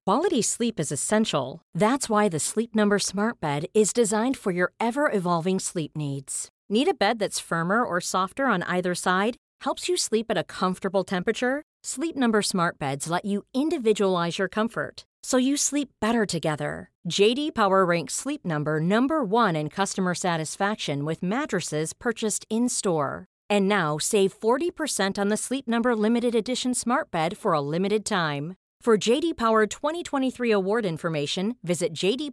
Quality sleep is essential. That's why the Sleep Number Smart Bed is designed for your ever-evolving sleep needs. Need a bed that's firmer or softer on either side? Helps you sleep at a comfortable temperature? Sleep Number Smart Beds let you individualize your comfort, so you sleep better together. JD Power ranks Sleep Number number 1 in customer satisfaction with mattresses purchased in-store. And now, save 40% on the Sleep Number Limited Edition Smart Bed for a limited time. For JD Power 2023 award information, visit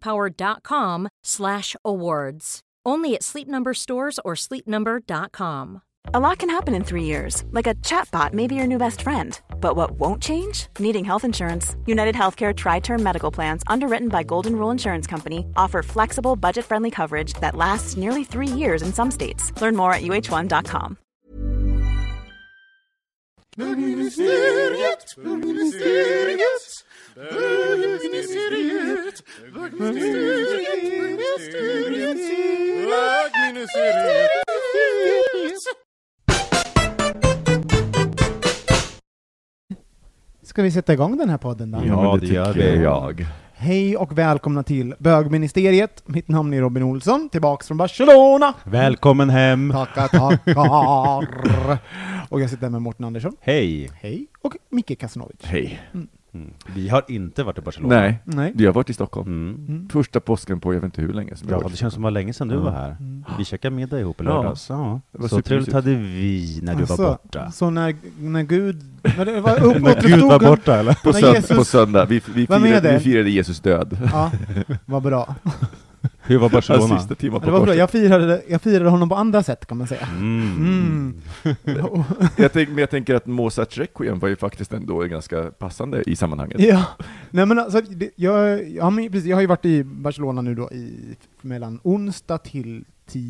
jdpower.com/awards. Only at Sleep Number stores or sleepnumber.com. A lot can happen in 3 years, like a chatbot may be your new best friend. But what won't change? Needing health insurance. United Healthcare Tri-Term Medical Plans, underwritten by Golden Rule Insurance Company, offer flexible, budget-friendly coverage that lasts nearly 3 years in some states. Learn more at uh1.com. Bögministeriet. Ska vi sätta igång den här podden då? Ja, det tycker jag. Hej och välkomna till Bögministeriet. Mitt namn är Robin Olsson, tillbaks från Barcelona. Välkommen hem. Tackar. Och jag sitter här med Mårten Andersson. Hej. Hej. Och Micke Kasanovic. Hej. Vi har inte varit i Barcelona. Nej. Vi har varit i Stockholm. Första påsken på jag vet inte hur länge. Ja, det känns som det var länge sedan du var här. Vi käkade middag ihop i lördags. Ja. Så trevligt hade vi när du var borta. Så när Gud... När Gud var borta, eller? På söndag. Vi firade Jesus död. Ja, vad bra. Hur var Barcelona? Sista timmen på det var bra. Jag firade honom på andra sätt, kan man säga. Jag tänker att Mozarts Requiem var ju faktiskt ändå ganska passande i sammanhanget. Ja, nej men alltså, jag har ju varit i Barcelona nu då mellan onsdag till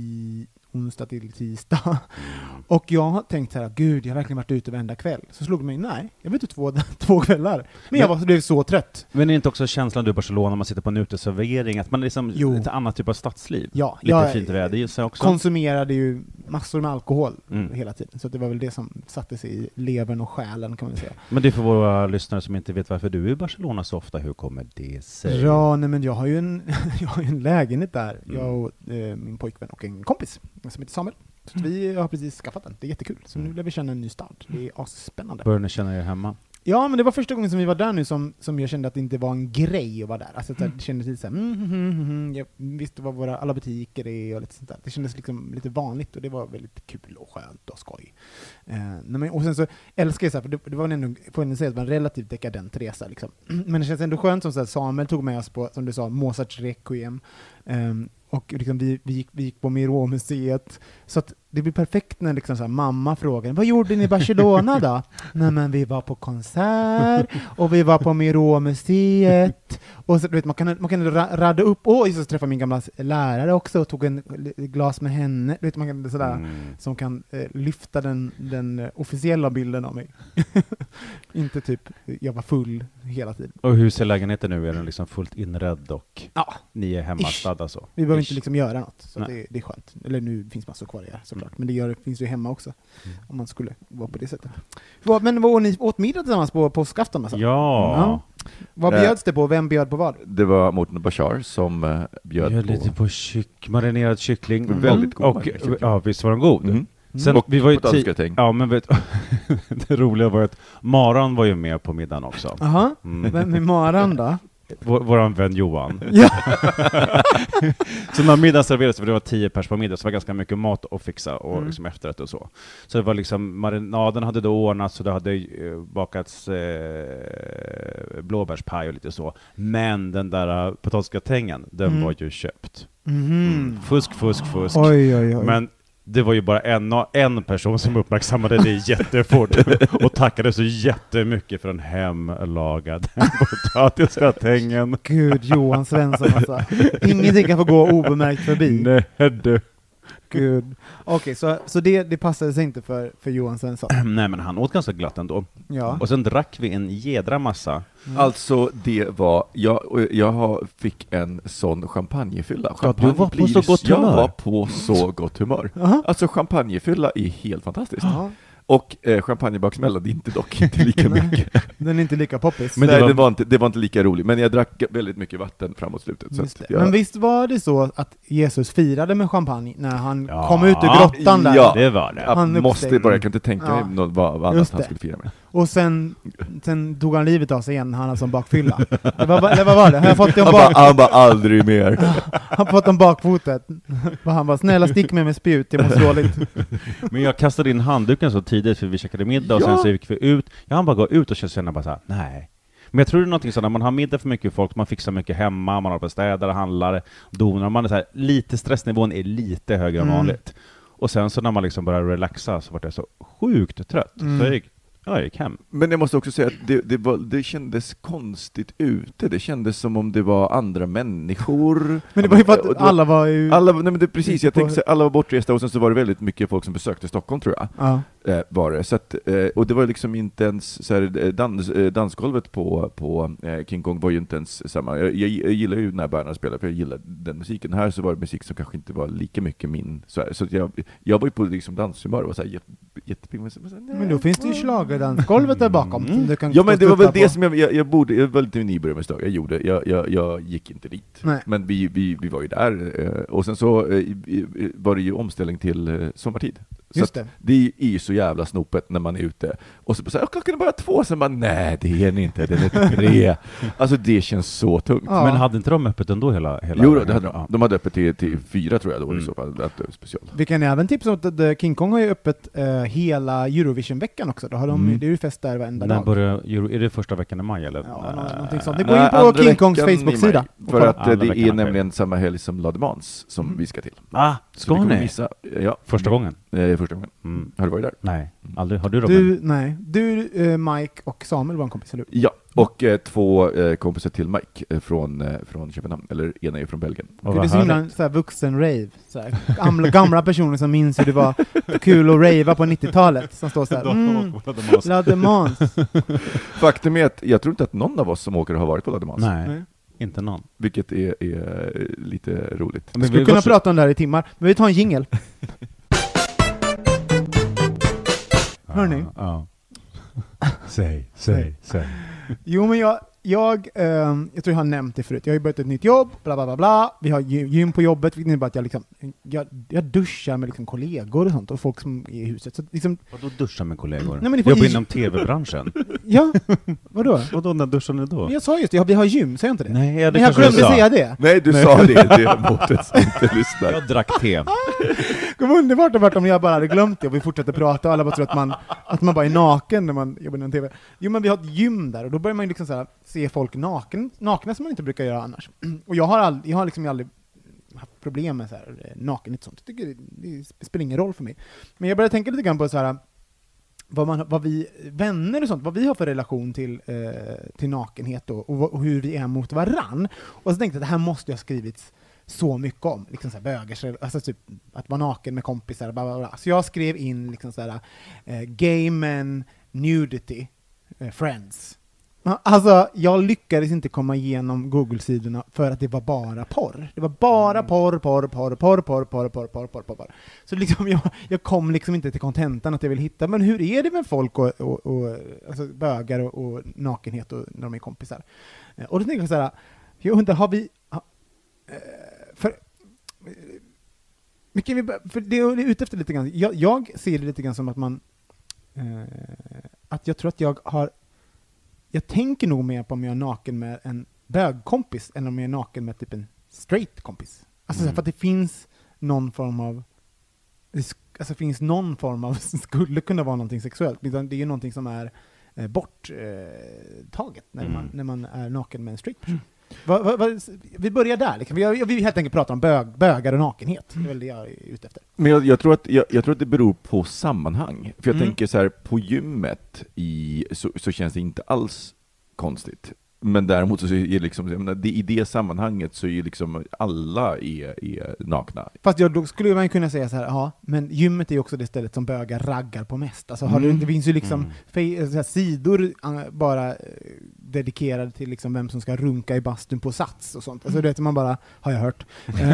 tisdag. Och jag har tänkt så här, gud, jag har verkligen varit ute varenda kväll. Så slog det mig, nej, jag var ute två kvällar. Men jag blev så trött. Men är det inte också känslan du i Barcelona när man sitter på en uteservering, att man är liksom ett annat typ av stadsliv? Ja, lite fint väder i sig också. Konsumerade ju massor med alkohol hela tiden. Så det var väl det som satte sig i levern och själen, kan man säga. Men det är för våra lyssnare som inte vet varför du är i Barcelona så ofta. Hur kommer det sig? Ja, nej, men jag har ju en lägenhet där. Jag och min pojkvän och en kompis som heter Samuel. Så vi har precis skaffat den. Det är jättekul. Så nu lär vi känna en ny stad. Det är asspännande. Börjar ni känna er hemma? Ja, men det var första gången som vi var där nu som jag kände att det inte var en grej att vara där. Alltså det kändes lite så här, jag visste vad alla butiker är och lite sånt där. Det kändes liksom lite vanligt och det var väldigt kul och skönt och skoj. Och sen så älskar jag så här, för det var ändå, får jag säga, det var en relativt dekadent resa liksom. Men det känns ändå skönt som så här, Samuel tog med oss på, som du sa, Mozarts Requiem. Och liksom vi gick på Miró-museet. Så att det blir perfekt när liksom så här, mamma frågar, vad gjorde ni i Barcelona då? Nej, men vi var på konsert och vi var på Miró-museet. Och så, du vet, man kan rada upp, så träffade min gamla lärare också och tog en glas med henne. Du vet, man kan sådär, som kan lyfta den officiella bilden av mig. Inte typ, jag var full hela tiden. Och hur ser lägenheten nu? Är den liksom fullt inredd och ni är hemmastadda så? Vi behöver inte liksom göra något, så det är skönt. Eller nu finns massor kvar där såklart, men det finns ju hemma också om man skulle vara på det sättet. Men vad ni åt middag tillsammans på påskafton? Alltså? Ja. Vad bjöds det på? Vem bjöd på vad? Det var Mårten Bashar som bjöd på lite på marinerad kyckling. Väldigt god. Och ja, visst var den god. Sen och vi var ju men det roliga var att Maran var ju med på middagen också. Aha. Vem är Maran då? Våran vän Johan. Ja. Så när middagen serverades, för det var 10 pers på middag, så var det ganska mycket mat att fixa och liksom efterrätt och så. Så det var liksom, marinaden hade då ordnats och det hade bakats blåbärspaj och lite så. Men den där potatisgratängen, den var ju köpt. Fusk. Oj. Men det var ju bara en person som uppmärksammade det jättefort och tackade så jättemycket för en hemlagad potatisgratängen. Gud, Johan Svensson alltså. Ingenting kan få gå obemärkt förbi. Nej du. Gud. Okej, så det passade sig inte för Johan Svensson. Nej, men han åt ganska glatt ändå. Ja. Och sen drack vi en jädra massa. Alltså det var, jag fick en sån champagnefylla. Du var på så gott humör. Jag var på så gott humör. Alltså champagnefylla är helt fantastiskt. Och champagnebaksmälla, det är dock inte lika mycket. Den är inte lika poppis. Men det var inte lika roligt. Men jag drack väldigt mycket vatten framåt slutet. Så att Men visst var det så att Jesus firade med champagne när han kom ut ur grottan där? Ja, det var det. Jag kan inte tänka mig vad annat han skulle fira med. Och sen tog han livet av sig igen, han som bakfylla. Vad var det? Han bara aldrig mer. Han fått en bakfotet. Han bara, snälla stick med spjut, jag mår dåligt. Men jag kastade in handduken så tidigt för vi käkade middag och sen så gick vi ut. Han bara går ut och känner bara så här, nej. Men jag tror det är någonting så när man har middag för mycket folk, man fixar mycket hemma, man har på städare, handlare, donar, man är så här, lite stressnivån är lite högre än vanligt. Och sen så när man liksom börjar relaxa så var jag så sjukt trött. Så jag gick hem. Men jag måste också säga att det kändes konstigt ute. Det kändes som om det var andra människor. Men det var ju för att alla var ju... Precis, jag tänkte alla var bortresta och sen så var det väldigt mycket folk som besökte Stockholm, tror jag. Ja. Var det. Så att, och det var liksom inte ens så här, dansgolvet på King Kong var ju inte ens samma. Jag gillar ju när Bernhard spelar, för jag gillar den musiken. Här så var det musik som kanske inte var lika mycket min. Så att jag var ju på liksom danshumör och var så här jättepigg. Men då finns det ju schlagerdansgolvet där bakom. Du kan men det var väl det som jag var lite nybörjare med slag. Jag gick inte dit. Nej. Men vi var ju där. Och sen så var det ju omställning till sommartid. Just så det är ju så jävla snopet när man är ute. Och så säger klockan är bara 2, sen bara nej, det är den inte, den är 3. Alltså det känns så tungt. Ja. Men hade inte de öppet ändå hela Jo, det hade de. De hade öppet till 4, tror jag då, i så fall. Special. Vi kan även tipsa om att King Kong har ju öppet hela Eurovision-veckan också. Då har det är ju fest där varenda dag. Är det första veckan i maj eller? Ja, någonting sånt. Det går in på King Kongs Facebook-sida. För att det är nämligen samma helg som La Demans som vi ska till. Ska ni? Ja. Första gången? Första gången. Har du varit där? Nej, aldrig. Har du, Robin? Nej. Du, Mike och Samuel var en kompis, eller hur? Ja, och 2 kompisar till Mike från Köpenhamn, eller ena är från Belgien. Det är så himla så här vuxen rave. Så här, gamla personer som minns hur det var kul att ravea på 90-talet. Som står så här, La Demans. Faktum är att jag tror inte att någon av oss som åker har varit på La Demans. Nej. Inte någon. Vilket är lite roligt. Vi skulle kunna prata om det här i timmar, men vi tar en jingle. Hörni. Säg. Jo, men jag tror jag har nämnt det förut. Jag har ju börjat ett nytt jobb, bla bla bla bla. Vi har gym på jobbet, vilket innebär att jag duschar med liksom kollegor och sånt, och folk som är i huset. Så liksom, vadå duscha med kollegor? Nej, men jobbar inom tv-branschen. Ja, vadå? Vadå, när duschar ni då? Men jag sa just det, vi har gym, säger jag inte det? Nej, men jag glömde säga det. Nej, du sa det är Mårten som inte lyssnar. Jag drack te. Det var underbart det varit om jag bara hade glömt det och vi fortsätter prata och alla bara tror att man bara är naken när man jobbar inom tv. Jo, men vi har ett gym där och då börjar man liksom så här, se folk nakna som man inte brukar göra annars. Och jag har liksom aldrig haft problem med så här nakenhet och sånt. Jag tycker det spelar ingen roll för mig. Men jag började tänka lite grann på så här vad vi vänner och sånt, vad vi har för relation till nakenhet och hur vi är mot varann. Och så tänkte jag att det här måste jag ha skrivits så mycket om, liksom så här bögers, alltså typ att vara naken med kompisar, bla bla bla. Så jag skrev in liksom så här gay men nudity friends. Alltså jag lyckades inte komma igenom Google-sidorna för att det var bara porr. Det var bara porr. Så liksom jag kom liksom inte till kontentan att jag vill hitta, men hur är det med folk och alltså bögar och nakenhet och när de är kompisar. Och då tänkte jag så här, jag undrar, har vi för det är ute efter lite grann. Jag ser det lite grann som att man att jag tror att jag tänker nog mer på om jag är naken med en bögkompis än om jag är naken med typ en straight kompis. Alltså för att det finns någon form av skulle kunna vara någonting sexuellt, men det är ju någonting som är borttaget när man är naken med en straight person. Vi börjar där liksom. Vi helt enkelt pratar om bögar och nakenhet. Det är väl det jag är ute efter. Men jag tror att det beror på sammanhang. För jag tänker så här, på gymmet så känns det inte alls konstigt. Men däremot så är liksom, jag menar, i det sammanhanget så är ju liksom alla är nakna. Fast då skulle man kunna säga så här, ja, men gymmet är ju också det stället som bögar raggar på mest. Alltså det finns ju liksom så här sidor bara dedikerade till liksom vem som ska runka i bastun på Sats och sånt. Alltså det vet man bara, har jag hört.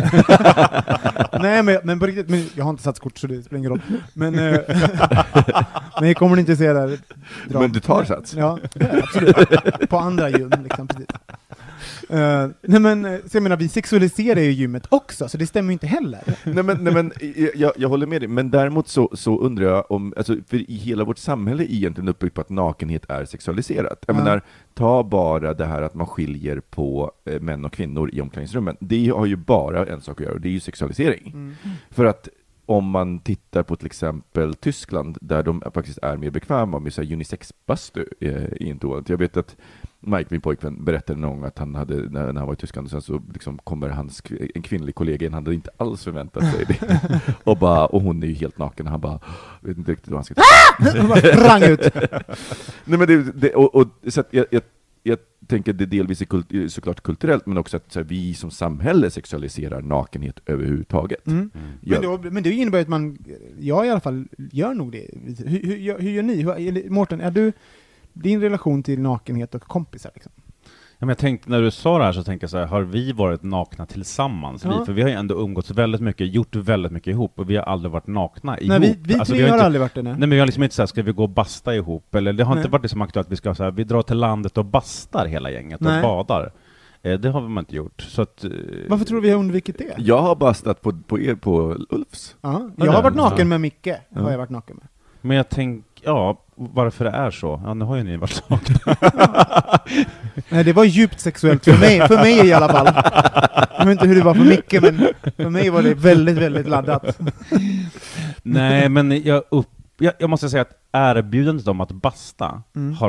Nej, men på riktigt, men jag har inte Satskort så det spelar ingen roll. Men jag kommer inte se där. Men du tar Sats? Ja, absolut. På andra gym liksom, precis. Nej men, så jag menar, vi sexualiserar ju gymmet också, så det stämmer ju inte heller. Nej men jag håller med dig, men däremot så undrar jag om, alltså, för i hela vårt samhälle är egentligen uppbyggt på att nakenhet är sexualiserat. Jag menar, ta bara det här att man skiljer på män och kvinnor i omklädningsrummen. Det har ju bara en sak att göra, och det är ju sexualisering. För att om man tittar på till exempel Tyskland, där de faktiskt är mer bekväma med så här unisex-bastu, är inte ovanligt. Jag vet att Mike, min pojkvän, berättade någon gång att han hade, när han var i Tyskland, och sen så liksom kommer en kvinnlig kollega in, han hade inte alls förväntat sig det. och hon är ju helt naken, och han bara, vet inte riktigt vad han ska Han bara sprang ut. Nej, men så att jag tänker att det delvis är såklart kulturellt, men också att så här, vi som samhälle sexualiserar nakenhet överhuvudtaget. Men det innebär att jag i alla fall gör nog det. Hur gör ni? Mårten, är du din relation till nakenhet och kompisar liksom? Ja, men jag tänkte, när du sa det här så tänkte jag så här, har vi varit nakna tillsammans? Ja. För vi har ju ändå umgåtts väldigt mycket, gjort väldigt mycket ihop, och vi har aldrig varit nakna ihop. Nej, vi alltså, tre har aldrig varit det. Nej, men vi har liksom inte så här, ska vi gå och basta ihop? Eller det har inte varit liksom aktuellt att vi ska så här, vi drar till landet och bastar hela gänget och badar. Det har man inte gjort. Så att, varför tror du vi har undvikit det? Jag har bastat på er på Ulfs. Ja, jag har varit naken med Micke. Har jag varit naken med. Men jag tänker, varför det är så? Ja, nu har ju ni varit nakna. Nej, det var djupt sexuellt för mig i alla fall. Jag vet inte hur det var för Micke, men för mig var det väldigt, väldigt laddat. Nej, men jag måste säga att erbjudandet om att basta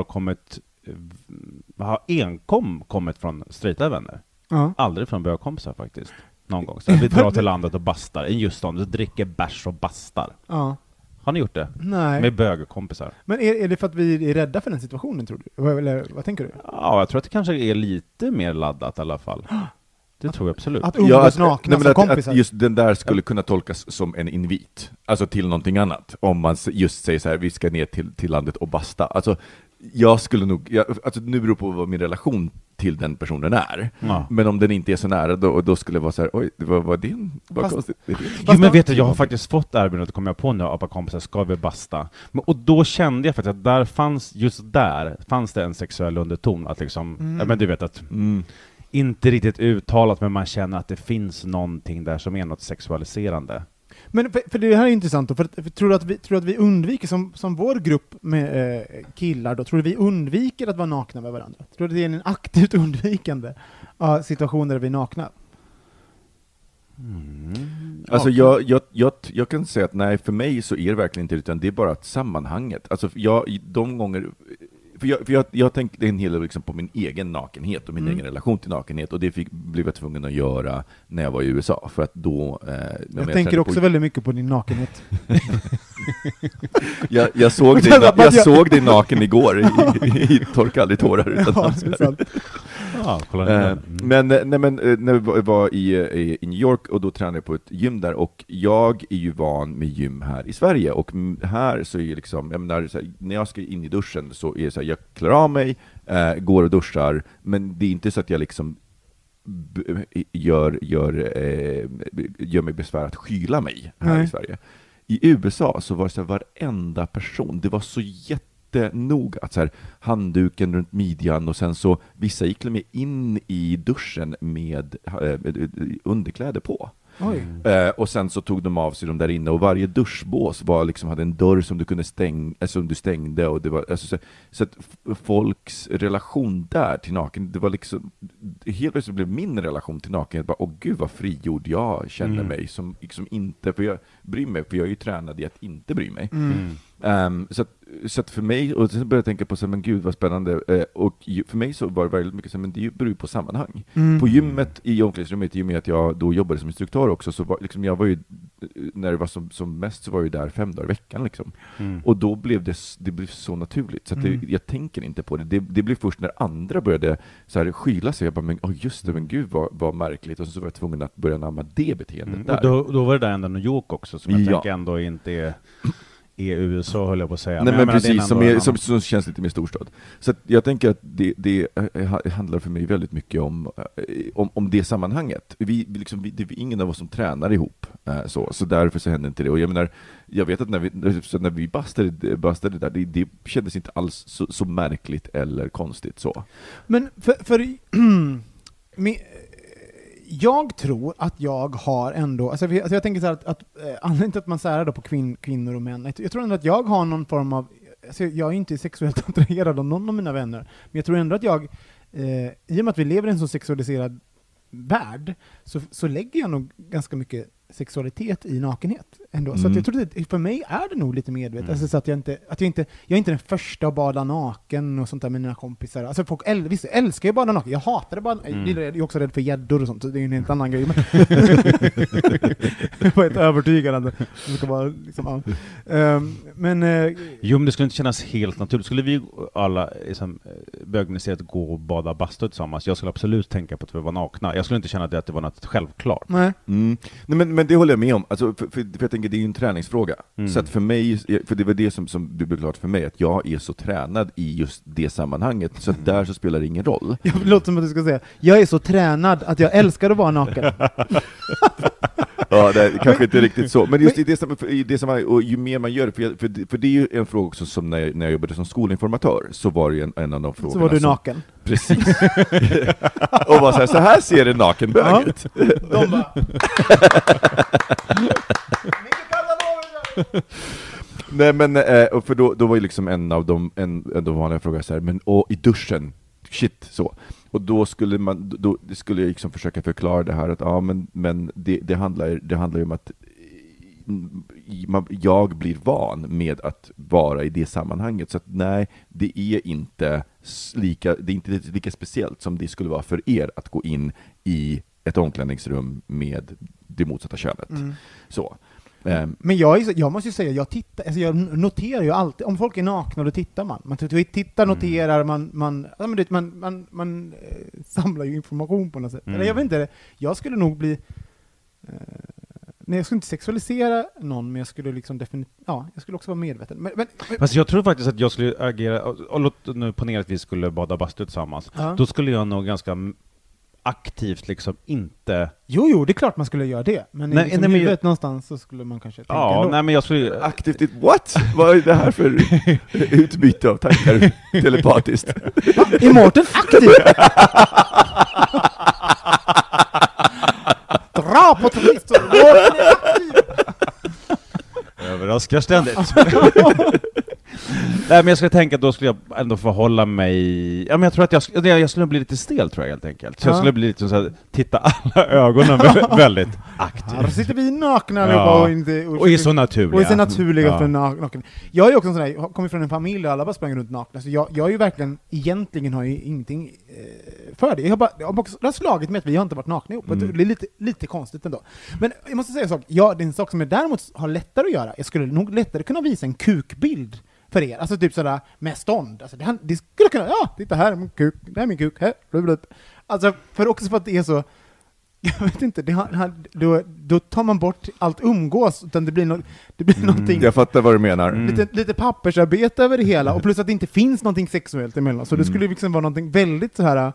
har enkom kommit från straighta vänner. Aldrig från bögkompisar faktiskt. Någon gång. Så vi drar till landet och bastar. Just då, dricker bärs och bastar. Ja. Har ni gjort det? Nej. Med bögkompisar. Men är det för att vi är rädda för den situationen, tror du? Eller vad tänker du? Ja, jag tror att det kanske är lite mer laddat i alla fall. Det tror jag absolut. Att umgås nakna som kompisar. Att just den där skulle kunna tolkas som en invit. Alltså till någonting annat. Om man just säger så här, vi ska ner till landet och basta. Alltså, jag skulle nog... alltså, nu beror på vad min relation till den personen är. Ja. Men om den inte är så nära, då skulle det vara så här, oj, var det konstigt. Jo, men vet du, jag har faktiskt fått erbjudandet, kommer jag på nu, av ett kompisar, ska vi basta? Och då kände jag faktiskt att där fanns det en sexuell underton. Att liksom, men du vet att... inte riktigt uttalat, men man känner att det finns någonting där som är något sexualiserande. Men för det här är intressant då, för tror du att vi undviker, som vår grupp med killar då, tror du vi undviker att vara nakna med varandra? Tror du det är en aktivt undvikande av situationer där vi är nakna? Alltså jag kan säga att nej, för mig så är det verkligen inte, utan det är bara ett sammanhanget. Alltså de gånger... För jag tänkte en hel del liksom på min egen nakenhet och min egen relation till nakenhet, och det blev jag tvungen att göra när jag var i USA, för att då... jag tänker också väldigt mycket på din nakenhet. jag såg dig naken igår i Torka aldrig tårar. Utan men när vi var i New York, och då tränade jag på ett gym där, och jag är ju van med gym här i Sverige, och här så är liksom, jag menar, så här, när jag ska in i duschen så är det så här, jag klarar av mig, går och duschar, men det är inte så att jag liksom gör mig besvär att skyla mig här i Sverige. I USA så var det så här, varenda person, det var så jättenoga att så här, handduken runt midjan, och sen så vissa gick med in i duschen med underkläder på. Och sen så tog de av sig de där inne, och varje duschbås var liksom, hade en dörr som du kunde som du stängde, och det var alltså, så att folks relation där till naken, det var liksom helt plötsligt blev min relation till nakenhet bara, åh gud vad frigjord jag känner mig, som liksom inte, för jag bryr mig, för jag är ju tränad i att inte bry mig. Så att för mig, och sen började jag tänka på så, men gud vad spännande, och för mig så var det väldigt mycket så, men det beror ju på sammanhang. På gymmet, i omklädningsrummet, i och med att jag då jobbade som instruktör också, så var liksom, jag var ju när det var som mest så var jag där 5 dagar i veckan liksom. Och då blev det blev så naturligt så att jag tänker inte på det. Det blev först när andra började så här skyla sig. Jag bara, men just det, men gud vad märkligt. Och så var jag tvungen att börja namna det beteendet där. Och då var det där ändå New York också, som jag tänker ändå inte är USA, höll jag på att säga. Nej, men precis, som känns lite mer storstad. Så att jag tänker att det handlar för mig väldigt mycket om det sammanhanget. Det är ingen av oss som tränar ihop, så därför så händer inte det. Och jag vet att när vi bastade där, det kändes inte alls så märkligt eller konstigt så. Men jag tror att jag har ändå, alltså jag tänker så här att anledningen till att man säger då på kvinnor och män, jag tror ändå att jag har någon form av, alltså jag är inte sexuellt attraherad av någon av mina vänner, men jag tror ändå att jag, i och med att vi lever i en så sexualiserad värld, så lägger jag nog ganska mycket sexualitet i nakenhet ändå. Så att jag tror att för mig är det nog lite medvetet. Alltså så att jag är inte den första att bada naken och sånt där med mina kompisar. Alltså folk älskar ju bada naken. Jag hatar det bara. Jag är också rädd för gäddor och sånt. Så det är en helt annan grej. Jag var helt övertygad att det ska vara liksom, men men det skulle inte kännas helt naturligt. Skulle vi alla liksom, bögniserat gå och bada bastu tillsammans, jag skulle absolut tänka på att vi var nakna. Jag skulle inte känna att det var något självklart. Nej. Men det håller jag med om. Alltså, för jag tänker, det är ju en träningsfråga. Så att för mig, för det var det som det blev klart för mig, att jag är så tränad i just det sammanhanget, så att där så spelar det ingen roll. Jag låter som att du ska säga, jag är så tränad att jag älskar att vara naken. Ja, det är kanske inte riktigt så. Men just i det som och ju mer man gör, för det är ju en fråga också, som när jag jobbade som skolinformatör, så var det ju en av de frågorna. Så var du naken. Precis. Och var så här ser det nakenbög ut. De bara... Nej, men för då var ju liksom en av de vanliga frågor så här, men i duschen, shit, så. Och då skulle jag liksom försöka förklara det här, att men det handlar ju om att jag blir van med att vara i det sammanhanget, så att nej, det är inte lika speciellt som det skulle vara för er att gå in i ett omklädningsrum med det motsatta könet. Så. Men jag måste ju säga, jag noterar ju alltid, om folk är nakna, då tittar man. Man tittar, noterar, man samlar ju information på något sätt. Eller jag vet inte, jag skulle nog bli... Nej, jag skulle inte sexualisera någon, men jag skulle liksom jag skulle också vara medveten. Men fast jag tror faktiskt att jag skulle agera, och låt nu ponera att vi skulle bada bastu tillsammans. Då skulle jag nog ganska aktivt liksom inte... Jo, det är klart man skulle göra det. Men i huvudet någonstans så skulle man kanske tänka ändå. Nej, men jag skulle... Aktivt, what? Vad är det här för utbyte av tankar telepatiskt? Är Mårten aktiv? Dra på turist! Mårten är aktiv! Överraskar ständigt. Nej, men jag skulle tänka att då skulle jag ändå förhålla mig... Ja, men jag tror att jag skulle bli lite stel, tror jag, helt enkelt. Så jag skulle bli lite så här, titta alla ögonen väldigt aktivt. Här sitter vi nakna och är så naturliga. Och är så naturliga för naken. Jag är ju också en sån där, jag kommer från en familj där alla bara sprang runt nakna. Så jag är ju verkligen, egentligen har ju ingenting för det. Det har slagit med att vi har inte varit nakna ihop. Det är lite konstigt ändå. Men jag måste säga en sak. Ja, det är en sak som jag däremot har lättare att göra. Jag skulle nog lättare kunna visa en kukbild för er. Alltså typ sådär med stånd. Alltså det skulle kunna, titta här är min kuk, det är min kuk, här, blub. Alltså också för att det är så, jag vet inte, då tar man bort allt umgås, utan det blir någonting. Jag fattar vad du menar. Lite pappersarbete över det hela, och plus att det inte finns någonting sexuellt emellan. Så det skulle liksom vara någonting väldigt så här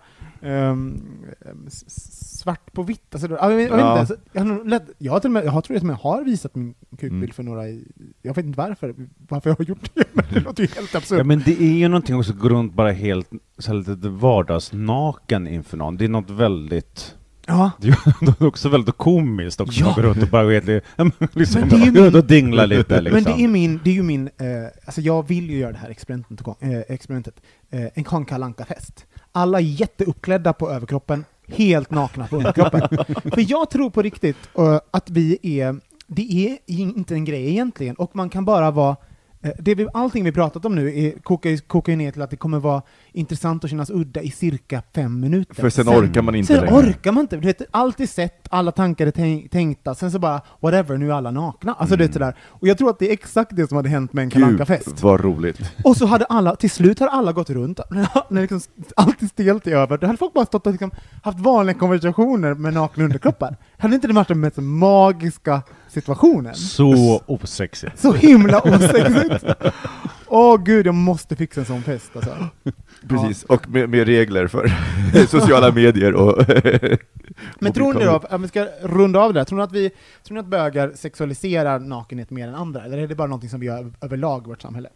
svart på vitt. Alltså, jag tror att jag har visat min kukbild för några, jag vet inte varför jag har gjort det, men det låter ju helt absurt. Ja, men det är ju någonting också, gå runt bara helt så här, lite vardagsnaken inför någon. Det är något väldigt... Ja. Det är också väldigt komiskt också, ja. Gå runt och bara liksom, och dingla lite liksom. Men det är ju min alltså jag vill ju göra det här experimentet. En Kalle Anka-fest. Alla är jätteuppklädda på överkroppen, helt nakna på underkroppen. För jag tror på riktigt att det är inte en grej egentligen, och man kan bara vara allting vi pratat om nu kokar ju ner till att det kommer vara intressant och kännas udda i cirka 5 minuter. För sen orkar man inte sen längre. orkar man inte. Du vet, allt är sett, alla tankar är tänkta, sen så bara, whatever, nu är alla nakna. Alltså det är sådär. Och jag tror att det är exakt det som hade hänt med en Kalle Anka-fest. Vad roligt. Och så hade alla, till slut har alla gått runt, när liksom allt är stelt i över. Då hade folk bara stått och liksom haft vanliga konversationer med nakna underkroppar. Hade inte det varit den mest magiska situationen? Så osexigt. Så himla osexigt. Åh gud, jag måste fixa en sån fest alltså. Precis, och med regler för sociala medier och men tror ni då, om vi ska runda av det där, tror ni att bögar sexualiserar nakenhet mer än andra? Eller är det bara någonting som vi gör överlag i vårt samhälle?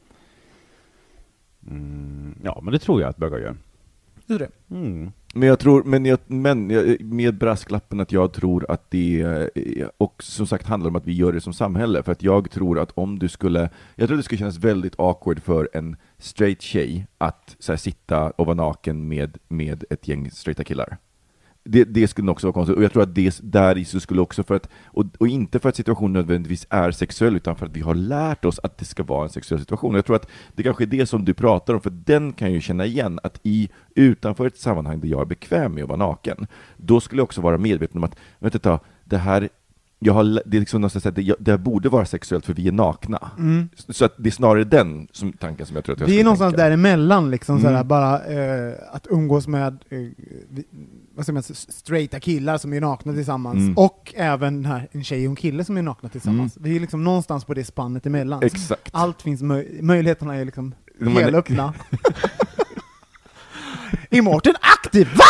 Ja, men det tror jag att bögar gör. Tror du det? Men jag tror, med brasklappen att jag tror att det, och som sagt handlar om att vi gör det som samhälle, för att jag tror att jag tror det skulle kännas väldigt awkward för en straight tjej att så här, sitta och vara naken med ett gäng straighta killar. Det skulle nog också vara konstigt, och jag tror att det där i så skulle också för att, och inte för att situationen nödvändigtvis är sexuell, utan för att vi har lärt oss att det ska vara en sexuell situation. Jag tror att det kanske är det som du pratar om, för den kan ju känna igen att utanför ett sammanhang där jag är bekväm med att vara naken, då skulle jag också vara medveten om att, det här det är liksom någonstans att det borde vara sexuellt för vi är nakna. Så att det är snarare den tanken som jag tror att jag vi är någonstans tänka. däremellan liksom, sådär, bara att umgås med vad säger man, straighta killar som är nakna tillsammans och även en tjej och en kille som är nakna tillsammans. Vi är liksom någonstans på det spannet emellan. Exakt. Allt finns, möjligheterna är liksom helt öppna. Är Mårten aktiv? Va?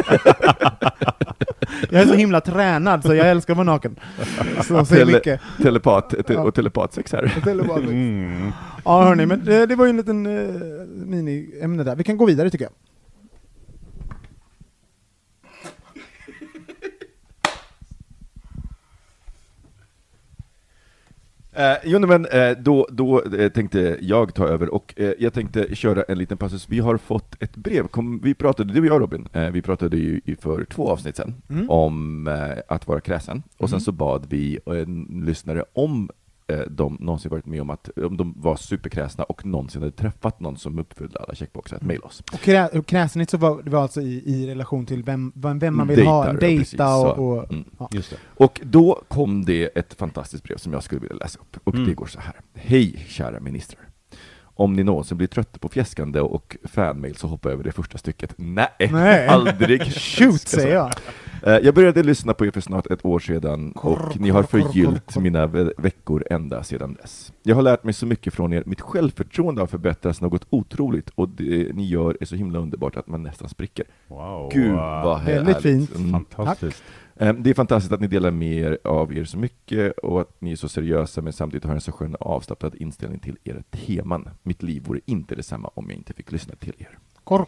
Jag är så himla tränad så jag älskar att vara naken. Så säger mycket. Och telepatsex här. Ja hörni, men det var ju en liten mini-ämne där. Vi kan gå vidare tycker jag. Då tänkte jag ta över, och jag tänkte köra en liten passus. Vi har fått ett brev. Du och jag Robin, vi pratade ju för 2 avsnitt sedan om att vara kräsen, och sen så bad vi en lyssnare om de någonsin varit med om de var superkräsna och någonsin hade träffat någon som uppfyllde alla checkboxar, att mejla oss. Och kräsenhet så var det var alltså i relation till vem man vill ha en dejta och ja. Just det. Och då kom det ett fantastiskt brev som jag skulle vilja läsa upp, och det går så här. Hej kära ministrar. Om ni någonsin blir trötta på fjäskande och fanmail så hoppa över det första stycket. Nej. Aldrig. Shoot, säger jag. Jag började lyssna på er för snart 1 år sedan, och ni har förgyllt mina veckor ända sedan dess. Jag har lärt mig så mycket från er. Mitt självförtroende har förbättrats något otroligt, och det ni gör är så himla underbart att man nästan spricker. Wow. Gud vad härligt. Väldigt fint. Fantastiskt. Det är fantastiskt att ni delar med er av er så mycket, och att ni är så seriösa men samtidigt har en så skön avslappnad inställning till era teman. Mitt liv vore inte detsamma om jag inte fick lyssna till er. Wow.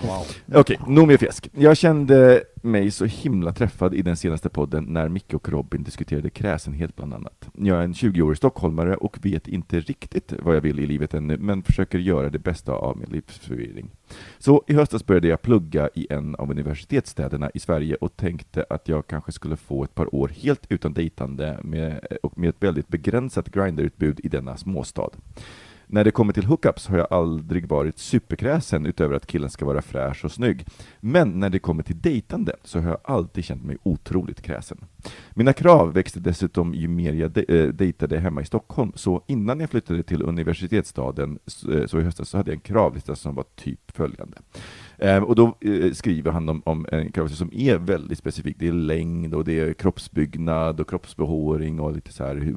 Okej, nog mer fjäsk. Jag kände mig så himla träffad i den senaste podden när Micke och Robin diskuterade kräsenhet bland annat. Jag är en 20-årig stockholmare och vet inte riktigt vad jag vill i livet ännu, men försöker göra det bästa av min livsförvirring. Så i höstas började jag plugga i en av universitetsstäderna i Sverige och tänkte att jag kanske skulle få ett par år helt utan dejtande med ett väldigt begränsat Grindr-utbud i denna småstad. När det kommer till hookups har jag aldrig varit superkräsen utöver att killen ska vara fräsch och snygg. Men när det kommer till dejtande så har jag alltid känt mig otroligt kräsen. Mina krav växte dessutom ju mer jag dejtade hemma i Stockholm. Så innan jag flyttade till universitetsstaden så i höstas så hade jag en kravlista som var typ följande. Och då skriver han om en kravlista som är väldigt specifik. Det är längd och det är kroppsbyggnad och kroppsbehåring och lite så här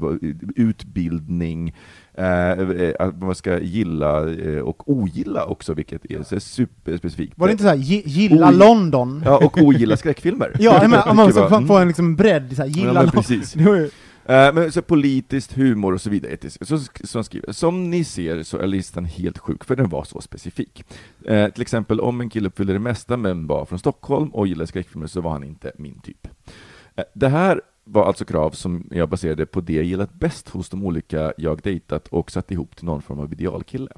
utbildning. Att man ska gilla och ogilla också, vilket är så superspecifikt. Var det inte så här, gilla London? Ja, och ogilla skräckfilmer. Ja, men man ska få en liksom bredd, så här, gilla London. Precis. Men så politiskt, humor och så vidare. Så skriver, som ni ser så är listan helt sjuk, för den var så specifik. Till exempel om en kille uppfyller det mesta men var från Stockholm och gillar skräckfilmer så var han inte min typ. Det här var alltså krav som jag baserade på det jag gillat bäst hos de olika jag dejtat och satt ihop till någon form av idealkille.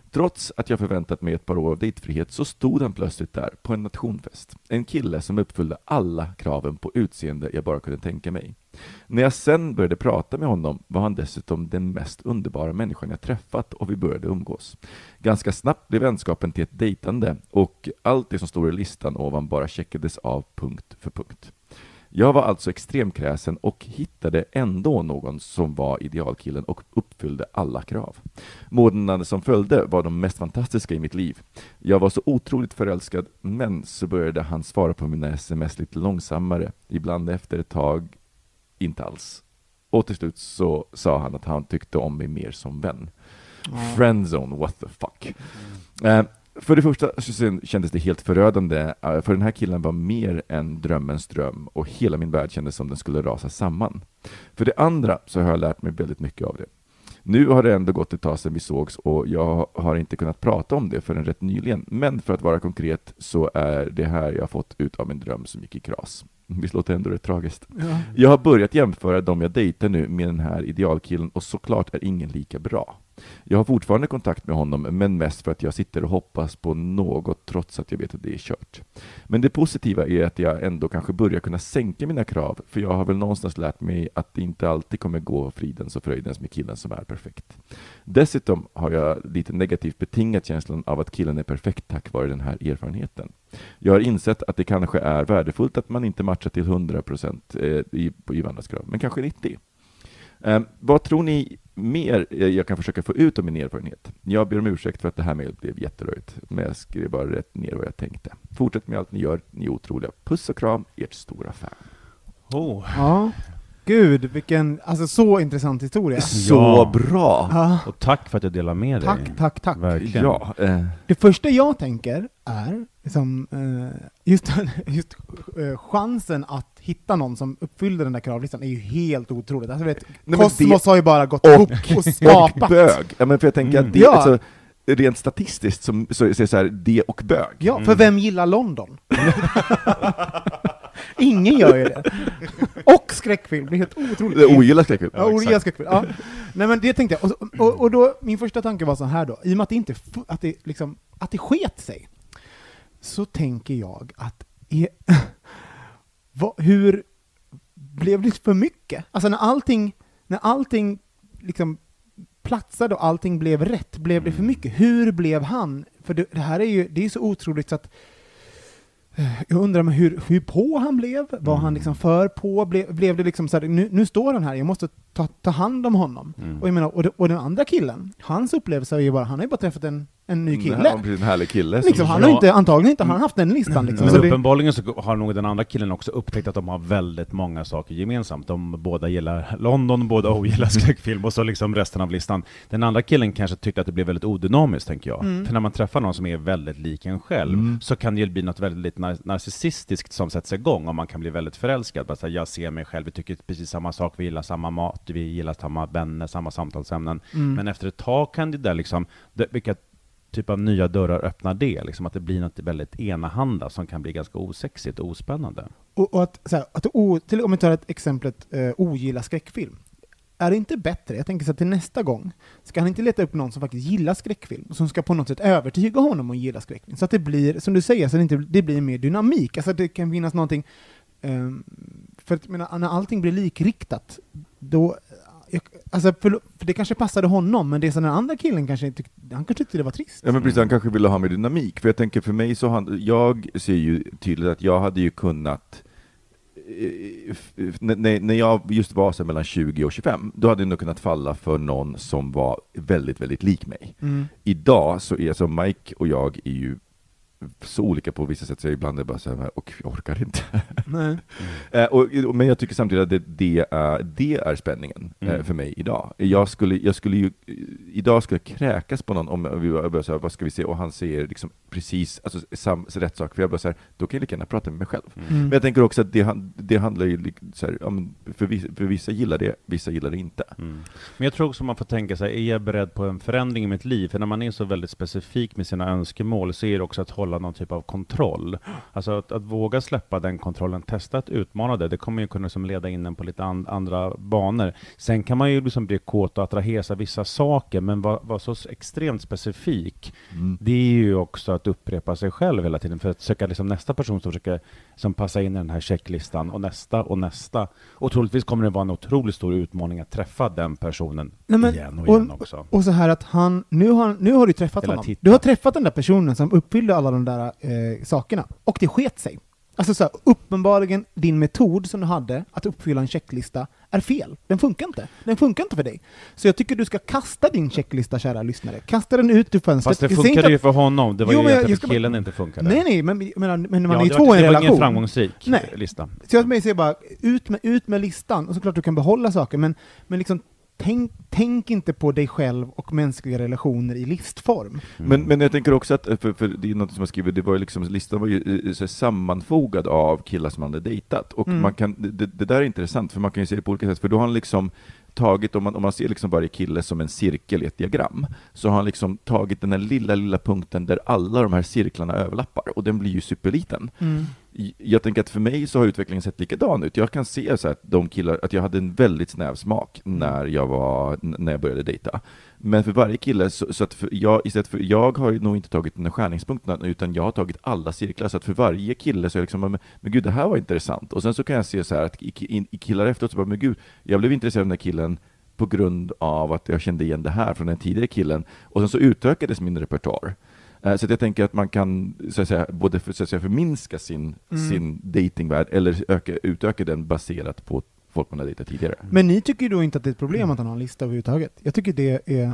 Trots att jag förväntat mig ett par år av dejtfrihet så stod han plötsligt där på en nationfest. En kille som uppfyllde alla kraven på utseende jag bara kunde tänka mig. När jag sen började prata med honom var han dessutom den mest underbara människan jag träffat och vi började umgås. Ganska snabbt blev vänskapen till ett dejtande och allt det som stod i listan ovan bara checkades av punkt för punkt. Jag var alltså extremkräsen och hittade ändå någon som var idealkillen och uppfyllde alla krav. Månaderna som följde var de mest fantastiska i mitt liv. Jag var så otroligt förälskad, men så började han svara på mina sms lite långsammare, ibland efter ett tag inte alls. Och till slut så sa han att han tyckte om mig mer som vän. Friendzone, what the fuck. För det första så kändes det helt förödande, för den här killen var mer än drömmens dröm och hela min värld kändes som den skulle rasa samman. För det andra så har jag lärt mig väldigt mycket av det. Nu har det ändå gått ett tag sedan vi sågs och jag har inte kunnat prata om det förrän rätt nyligen. Men för att vara konkret så är det här jag fått ut av min dröm som gick i kras. Visst låter ändå rätt tragiskt. Ja. Jag har börjat jämföra de jag dejtar nu med den här idealkillen och såklart är ingen lika bra. Jag har fortfarande kontakt med honom, men mest för att jag sitter och hoppas på något trots att jag vet att det är kört. Men det positiva är att jag ändå kanske börjar kunna sänka mina krav, för jag har väl någonstans lärt mig att det inte alltid kommer gå fridens och fröjdens med killen som är perfekt. Dessutom har jag lite negativt betingat känslan av att killen är perfekt tack vare den här erfarenheten. Jag har insett att det kanske är värdefullt att man inte matchar till 100% i varandras krav, men kanske 90%. Vad tror ni mer jag kan försöka få ut av min erfarenhet? Jag ber om ursäkt för att det här mejlet blev jätteröjt, men jag skrev bara rätt ner vad jag tänkte. Fortsätt med allt ni gör, ni är otroliga. Puss och kram, ert stora fan. Ja, gud, vilken, alltså så intressant historia. Så bra! Ja. Och tack för att du delar med dig. Tack. Verkligen. Ja, Det första jag tänker är liksom, just chansen att hitta någon som uppfyllde den där kravlistan är ju helt otroligt. Alltså, Kosmos har ju bara gått ihop och skapat. Och bög. Ja, men för jag tänker att det alltså, rent statistiskt så är det så här, det och bög. Ja, för vem gillar London? Ingen gör ju det. Och skräckfilm, det är helt otroligt. Det ogillar skräckfilm. Ja, ogillar skräckfilm. Ja. Nej, men det tänkte jag. Och då, min första tanke var så här då, i och med att det inte att det sket sig, så tänker jag att hur blev det för mycket? Alltså när allting liksom platsade och allting blev rätt, blev det för mycket? Hur blev han? För det här är ju så otroligt så att jag undrar hur på han blev, var han liksom för på, blev det liksom så här, nu står han här, jag måste ta hand om honom. Och jag menar, och den andra killen, hans upplevelse är ju bara, han har ju bara träffat en ny kille. En härlig kille. Liksom, han har inte, antagligen inte han haft den listan. Liksom. Men uppenbarligen så har nog den andra killen också upptäckt att de har väldigt många saker gemensamt. De båda gillar London, båda ogillar skräckfilm och så liksom resten av listan. Den andra killen kanske tyckte att det blev väldigt odynamiskt, tänker jag. För när man träffar någon som är väldigt lik en själv så kan det bli något väldigt narcissistiskt som sätts igång och man kan bli väldigt förälskad. Bara så här, jag ser mig själv, vi tycker precis samma sak, vi gillar samma mat, vi gillar samma vänner, samma samtalsämnen. Men efter ett tag kan det där liksom, vilka typ av nya dörrar öppnar det, liksom att det blir något väldigt enahanda som kan bli ganska osexigt och ospännande. Och att till om vi tar ett exemplet ogilla skräckfilm. Är det inte bättre, jag tänker så att till nästa gång ska han inte leta upp någon som faktiskt gillar skräckfilm och som ska på något sätt övertyga honom att gilla skräckfilm, så att det blir, som du säger, så att det blir mer dynamik, alltså att det kan finnas någonting, för att när allting blir likriktat då, alltså för det kanske passade honom, men det som den andra killen kanske tyckte det var trist. Ja, men precis, han kanske ville ha med dynamik, för jag tänker för mig så jag ser ju tydligt att jag hade ju kunnat när jag just var så mellan 20 och 25, då hade jag nog kunnat falla för någon som var väldigt, väldigt lik mig. Idag så är så Mike och jag är ju så olika på vissa sätt, så ibland är det bara så här, och jag orkar inte. Nej. Men jag tycker samtidigt att det är spänningen för mig idag. Jag skulle ju idag skulle kräkas på någon om vi börjar säga, vad ska vi se, och han säger liksom precis rätt sak. För jag bara så här, då kan jag lika gärna prata med mig själv. Men jag tänker också att det handlar ju så här, för vissa gillar det, vissa gillar det inte. Men jag tror också man får tänka sig, är jag beredd på en förändring i mitt liv? För när man är så väldigt specifik med sina önskemål så är det också att hålla någon typ av kontroll. Alltså att våga släppa den kontrollen, testa att utmana det kommer ju kunna leda in en på lite andra banor. Sen kan man ju liksom bli kåt och attraheras av vissa saker, men vara så extremt specifik, det är ju också att upprepa sig själv hela tiden för att söka liksom nästa person som försöker som passar in i den här checklistan och nästa. Och troligtvis kommer det vara en otroligt stor utmaning att träffa den personen igen och igen också. Och så här att nu har du träffat honom. Du har träffat den där personen som uppfyllde alla de där sakerna och det sket sig. Alltså så här, uppenbarligen din metod som du hade att uppfylla en checklista är fel. Den funkar inte. Den funkar inte för dig. Så jag tycker du ska kasta din checklista, kära lyssnare. Kasta den ut ur fönstret. Fast det funkade ju för honom. Det var ju att killen inte funkade. Nej, men man är ju två i en relation. Det var ingen framgångsrik lista. Så jag säger bara, ut med listan. Och såklart du kan behålla saker, men liksom Tänk inte på dig själv och mänskliga relationer i listform. Men jag tänker också att, för det är något som jag skriver, det var ju liksom, listan var ju så sammanfogad av killar som man hade dejtat. Och man kan, det där är intressant, för man kan ju se det på olika sätt. För då har han liksom tagit, om man ser liksom varje kille som en cirkel i ett diagram, så har han liksom tagit den här lilla punkten där alla de här cirklarna överlappar. Och den blir ju superliten. Jag tänker att för mig så har utvecklingen sett likadan ut. Jag kan se så att jag hade en väldigt snäv smak när jag började dejta. Men för varje kille så att jag har ju nog inte tagit den här skärningspunkten, utan jag har tagit alla cirklar, så att för varje kille så är jag liksom, men gud, det här var intressant. Och sen så kan jag se så här att i killar efteråt så bara, men gud, jag blev intresserad av den här killen på grund av att jag kände igen det här från den tidigare killen. Och sen så utökades min repertoar. Så att jag tänker att man kan så att säga, både förminska sin datingvärld eller utöka den baserat på folk man har dejtat tidigare. Men ni tycker ju då inte att det är ett problem att han har en lista överhuvudtaget? Jag tycker det är...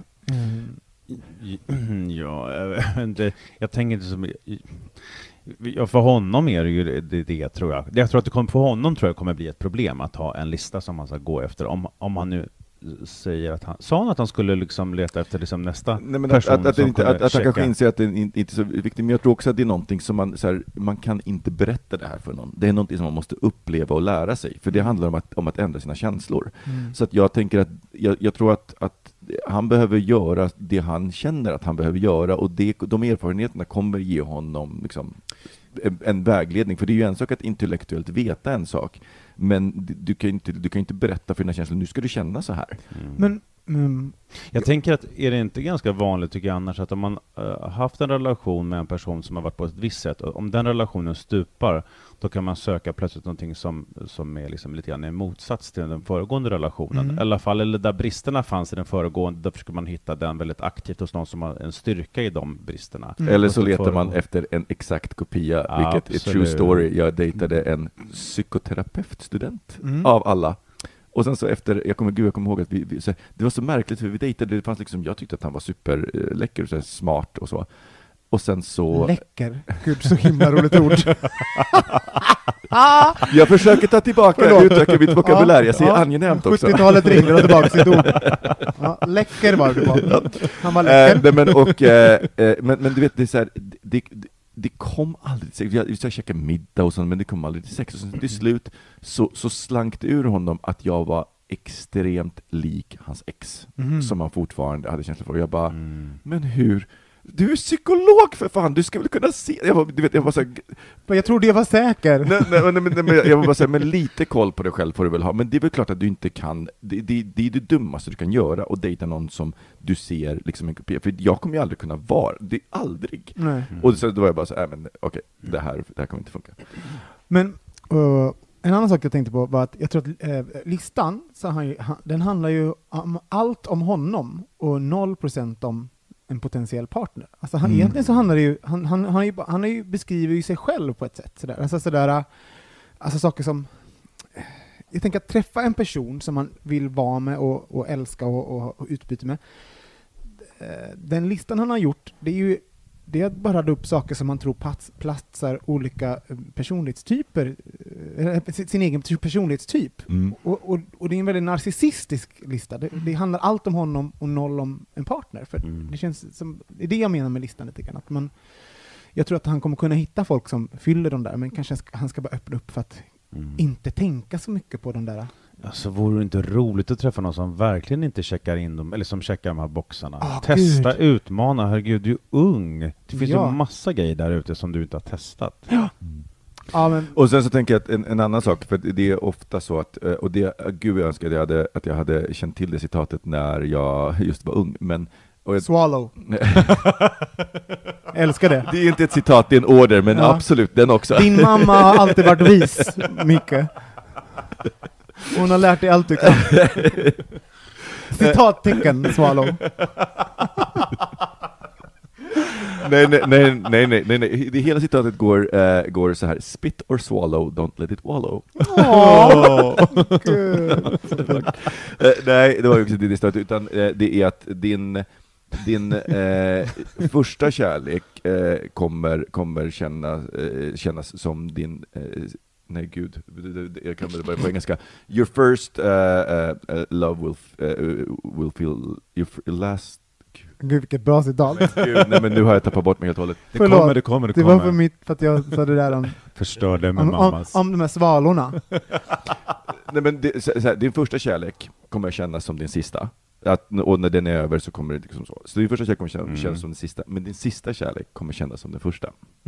jag tänker inte som... för honom är det ju det tror jag. Jag tror att det för honom kommer bli ett problem att ha en lista som man ska gå efter. Om han nu säger att han att han skulle liksom leta efter liksom nästa person att han kanske inser att det inte är så viktigt, men jag tror också att det är någonting som man kan inte berätta det här för någon. Det är någonting som man måste uppleva och lära sig, för det handlar om att ändra sina känslor. Så att jag tänker att jag tror att han behöver göra det han känner att han behöver göra, och de erfarenheterna kommer ge honom liksom en vägledning, för det är ju en sak att intellektuellt veta en sak, men du kan inte berätta för dina känslor, nu ska du känna så här. Jag tänker att är det inte ganska vanligt, tycker jag annars, att om man haft en relation med en person som har varit på ett visst sätt, och om den relationen stupar, då kan man söka plötsligt någonting som är liksom lite grann i motsats till den föregående relationen. I alla fall, eller där bristerna fanns i den föregående, då försöker man hitta den väldigt aktivt hos någon som har en styrka i de bristerna. Eller så letar man efter en exakt kopia, vilket är true story. Jag dejtade en psykoterapeutstudent av alla. Och sen så efter, jag kommer ihåg att det var så märkligt, för vi dejtade, det fanns liksom, jag tyckte att han var superläcker och så smart och så. Och sen så... Läcker? Gud, så himla roligt ord. Jag försöker ta tillbaka, utöka mitt vokabulär. Jag säger angenämt också. 70-talet ringde tillbaka sitt ord. Läcker var det på. Han var läcker. Men du vet, det är så här, det kom aldrig till sex. Jag käkade middag och sånt, men det kom aldrig till sex. Och sen till slut så slank det ur honom att jag var extremt lik hans ex, som han fortfarande hade känsla för. Och jag bara, men hur? Du är psykolog för fan, du ska väl kunna se. Jag var så här, jag tror det var säker. Nej, jag var bara så här, men lite koll på dig själv får du väl ha. Men det är väl klart att du inte kan. Det är det dummaste du kan göra, och dejta någon som du ser liksom en kopia. För jag kommer ju aldrig kunna vara. Det är aldrig. Och så då var jag bara så här, men okej, det här kommer inte funka. Men en annan sak jag tänkte på var att jag tror att listan den handlar ju om allt om honom och 0% om en potentiell partner. Alltså egentligen så handlar det ju, han beskriver ju sig själv på ett sätt sådär. Alltså saker som, jag tänker att träffa en person som man vill vara med och älska och utbyta med. Den listan han har gjort, det är att bara rada upp saker som man tror platsar olika personlighetstyper, sin egen personlighetstyp. Och det är en väldigt narcissistisk lista. Det handlar allt om honom och noll om en partner. För det känns som, det är det jag menar med listan lite grann. Att man, jag tror att han kommer kunna hitta folk som fyller de där, men kanske han ska bara öppna upp för att inte tänka så mycket på de där. Alltså vore det inte roligt att träffa någon som verkligen inte checkar in dem, eller som checkar de här boxarna? Testa, utmana, herregud, du är ung. Det finns ju massa grejer där ute som du inte har testat. Ja. Ja, men... Och sen så tänker jag att en annan sak, för det är ofta så att, och det, gud jag önskar att jag hade känt till det citatet när jag just var ung, men Swallow. Älskar det. Det är inte ett citat, det är en order, men absolut, den också. Din mamma har alltid varit vis, Micke. Hon har lärt dig allt du kan. Citattecken, Swallow. Nej. Det hela citatet går så här: spit or swallow, don't let it wallow. Nej, det var ju också det stört, utan det är att din första kärlek kommer kännas som din nej gud, jag kan börja på engelska. Your first love will feel your last. Gud, vilket bra citat. Nej, men nu har jag tappat bort mig helt och hållet. Det kommer. Det var för att jag sa det där om förstörde med mammas. Om de här svalorna. Nej, men din första kärlek kommer att kännas som din sista. Och när den är över så kommer det liksom så. Så din första kärlek kommer kännas som den sista, men din sista kärlek kommer kännas som den första.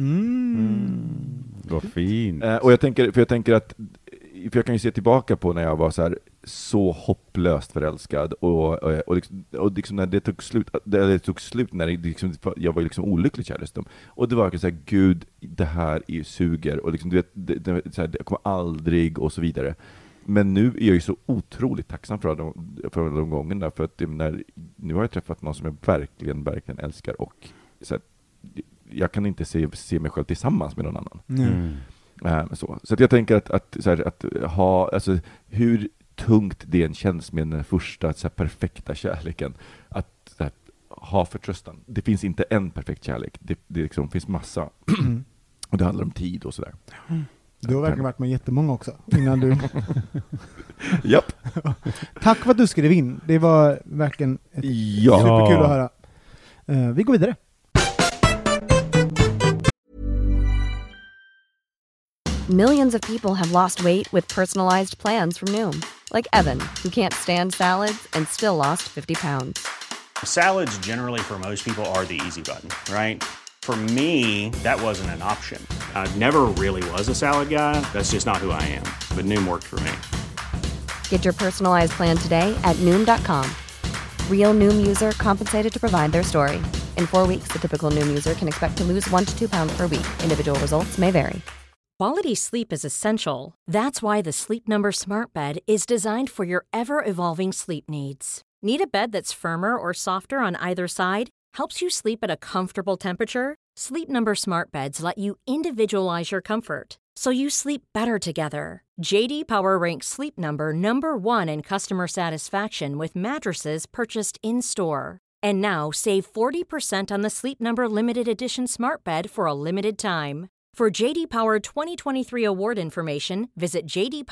Vad fint. Och jag tänker att, för jag kan ju se tillbaka på när jag var så hopplöst förälskad och liksom när det tog slut när det liksom, jag var liksom olycklig kär dessutom. Och det var så här: gud, det här är ju suger, och liksom, du vet, det kommer aldrig, och så vidare. Men nu är jag ju så otroligt tacksam för de gångerna, för att nu har jag träffat någon som jag verkligen älskar, och så här, jag kan inte se mig själv tillsammans med någon annan. Så att jag tänker att ha, alltså, hur tungt det än känns med den första så här perfekta kärleken, att här, ha förtröstan. Det finns inte en perfekt kärlek, det liksom finns massa. Och det handlar om tid och sådär. Du har verkligen varit med jättemånga också innan du... Japp. Tack för att du skrev in. Det var verkligen superkul att höra. Vi går vidare. Millions of people have lost weight with personalized plans from Noom. Like Evan, who can't stand salads and still lost 50 pounds. Salads generally for most people are the easy button, right? For me, that wasn't an option. I never really was a salad guy. That's just not who I am. But Noom worked for me. Get your personalized plan today at Noom.com. Real Noom user compensated to provide their story. In 4 weeks, the typical Noom user can expect to lose 1 to 2 pounds per week. Individual results may vary. Quality sleep is essential. That's why the Sleep Number Smart Bed is designed for your ever-evolving sleep needs. Need a bed that's firmer or softer on either side? Helps you sleep at a comfortable temperature? Sleep Number Smart Beds let you individualize your comfort, so you sleep better together. JD Power ranks Sleep Number #1 in customer satisfaction with mattresses purchased in-store. And now, save 40% on the Sleep Number Limited Edition Smart Bed for a limited time. For JD Power 2023 award information, visit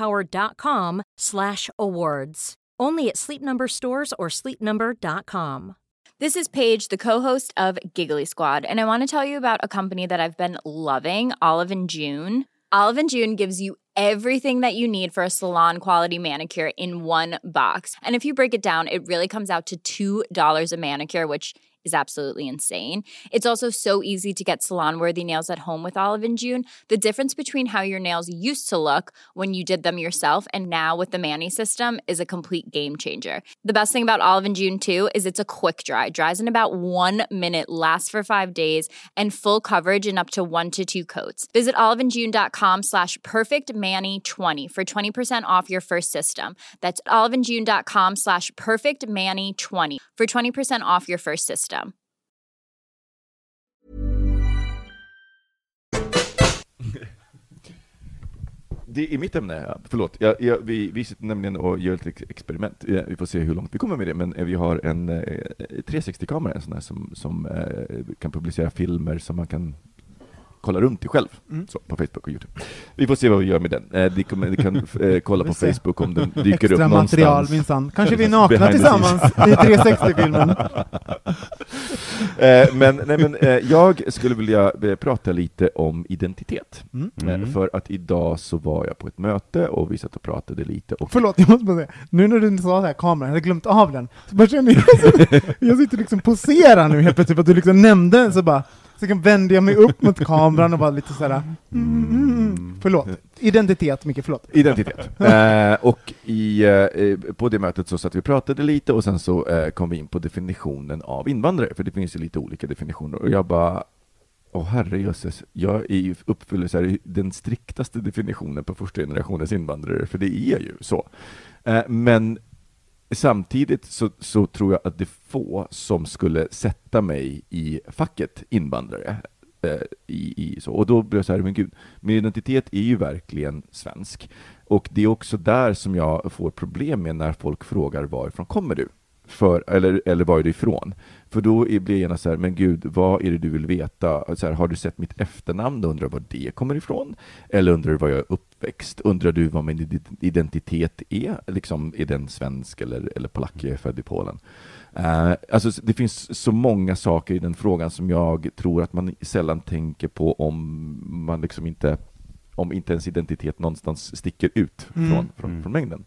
jdpower.com/awards. Only at Sleep Number stores or sleepnumber.com. This is Paige, the co-host of Giggly Squad, and I want to tell you about a company that I've been loving, Olive & June. Olive & June gives you everything that you need for a salon-quality manicure in one box. And if you break it down, it really comes out to $2 a manicure, which is absolutely insane. It's also so easy to get salon-worthy nails at home with Olive & June. The difference between how your nails used to look when you did them yourself and now with the Mani system is a complete game changer. The best thing about Olive & June too is it's a quick dry. Dries in about 1 minute, lasts for 5 days, and full coverage in up to 1 to 2 coats. Visit oliveandjune.com/perfectmani20 for 20% off your first system. That's oliveandjune.com/perfectmani20 for 20% off your first system. Det är mitt ämne, förlåt. Vi sitter nämligen och gör ett experiment. Vi får se hur långt vi kommer med det, men vi har en 360-kamera, en sån här som kan publicera filmer som man kan kolla runt det själv så, på Facebook och YouTube. Vi får se vad vi gör med den. Ni kan kolla på Facebook om den dyker extra upp någonstans. material minsann. Kanske vi är nakna tillsammans i 360-filmen. Jag skulle vilja prata lite om identitet. För att idag så var jag på ett möte och vi satt och pratade lite. Och Förlåt, jag måste bara säga. Nu när du sa så här, kameran, jag hade glömt av den. Så bara känner jag sitter liksom poserar nu helt plötsligt. Att du liksom nämnde så bara. Så vände jag mig upp mot kameran och var lite så här. Förlåt. Identitet, mycket förlåt. Identitet. Och på det mötet så satt vi och pratade lite och sen så kom vi in på definitionen av invandrare. För det finns ju lite olika definitioner. Och jag bara, herrejösses, jag uppfyller så här, den striktaste definitionen på första generationens invandrare. För det är ju så. Men samtidigt så tror jag att det är få som skulle sätta mig i facket invandrare. Så. Och då blir jag så här, men gud, min identitet är ju verkligen svensk. Och det är också där som jag får problem med när folk frågar varifrån kommer du? Eller var är du ifrån? För då blir jag gärna så här, men gud, vad är det du vill veta? Så här, har du sett mitt efternamn och undrar var det kommer ifrån? Eller undrar du var jag är uppväxt? Undrar du vad min identitet är? Liksom, är den svensk eller polack? Jag är född i Polen. Alltså, det finns så många saker i den frågan som jag tror att man sällan tänker på om man liksom inte ens identitet någonstans sticker ut från mängden.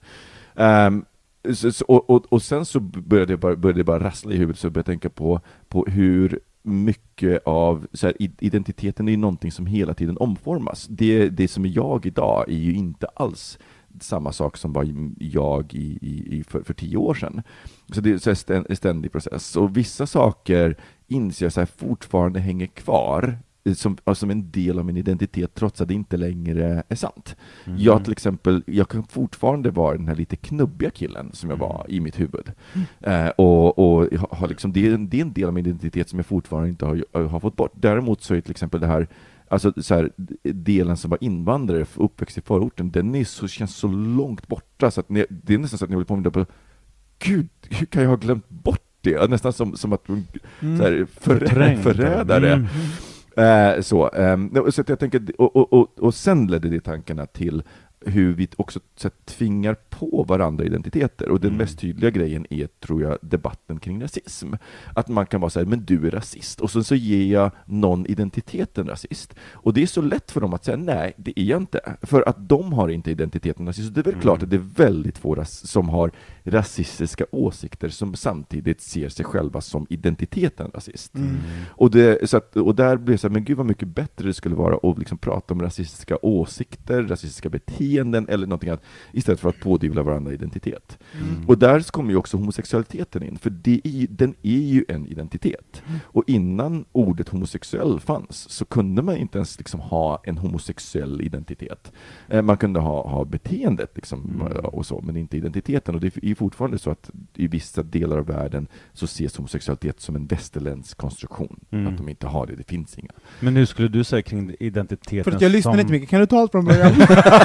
Och sen så började det bara rassla i huvudet, så började jag tänka på hur mycket av så här, identiteten är någonting som hela tiden omformas. Det som är jag idag är ju inte alls samma sak som var jag för 10 år sedan. Så det är så en ständig process. Och vissa saker inser jag så här, fortfarande hänger kvar som en del av min identitet, trots att det inte längre är sant. Jag till exempel, jag kan fortfarande vara den här lite knubbiga killen som jag var i mitt huvud. Och har liksom, det är en del av min identitet som jag fortfarande inte har fått bort. Däremot så är till exempel det här, alltså så här, delen som var invandrare, uppväxt i förorten, den känns så långt borta så att det är nästan så att ni håller på med på, gud, hur kan jag ha glömt bort det? Nästan som att så här, förrädare. Så att jag tänker, och sen ledde det tankarna till hur vi också så här, tvingar på varandra identiteter. Och den mest tydliga grejen är, tror jag, debatten kring rasism. Att man kan vara så här, men du är rasist. Och så ger jag någon identiteten rasist. Och det är så lätt för dem att säga, nej, det är jag inte. För att de har inte identiteten rasist. Så det är väl klart att det är väldigt få som har rasistiska åsikter som samtidigt ser sig själva som identiteten rasist. Och där blir det så här, men gud vad mycket bättre det skulle vara att liksom prata om rasistiska åsikter, rasistiska beteenden eller någonting annat, istället för att pådyvla varandra identitet. Och där kommer ju också homosexualiteten in, för den är ju en identitet. Och innan ordet homosexuell fanns så kunde man inte ens liksom ha en homosexuell identitet. Man kunde ha beteendet liksom, och så, men inte identiteten. Och det är fortfarande så att i vissa delar av världen så ses homosexualitet som en västerländsk konstruktion. Att de inte har det, det finns inga. Men hur skulle du säga kring identiteten? För att jag lyssnar inte mycket, kan du ta allt från början?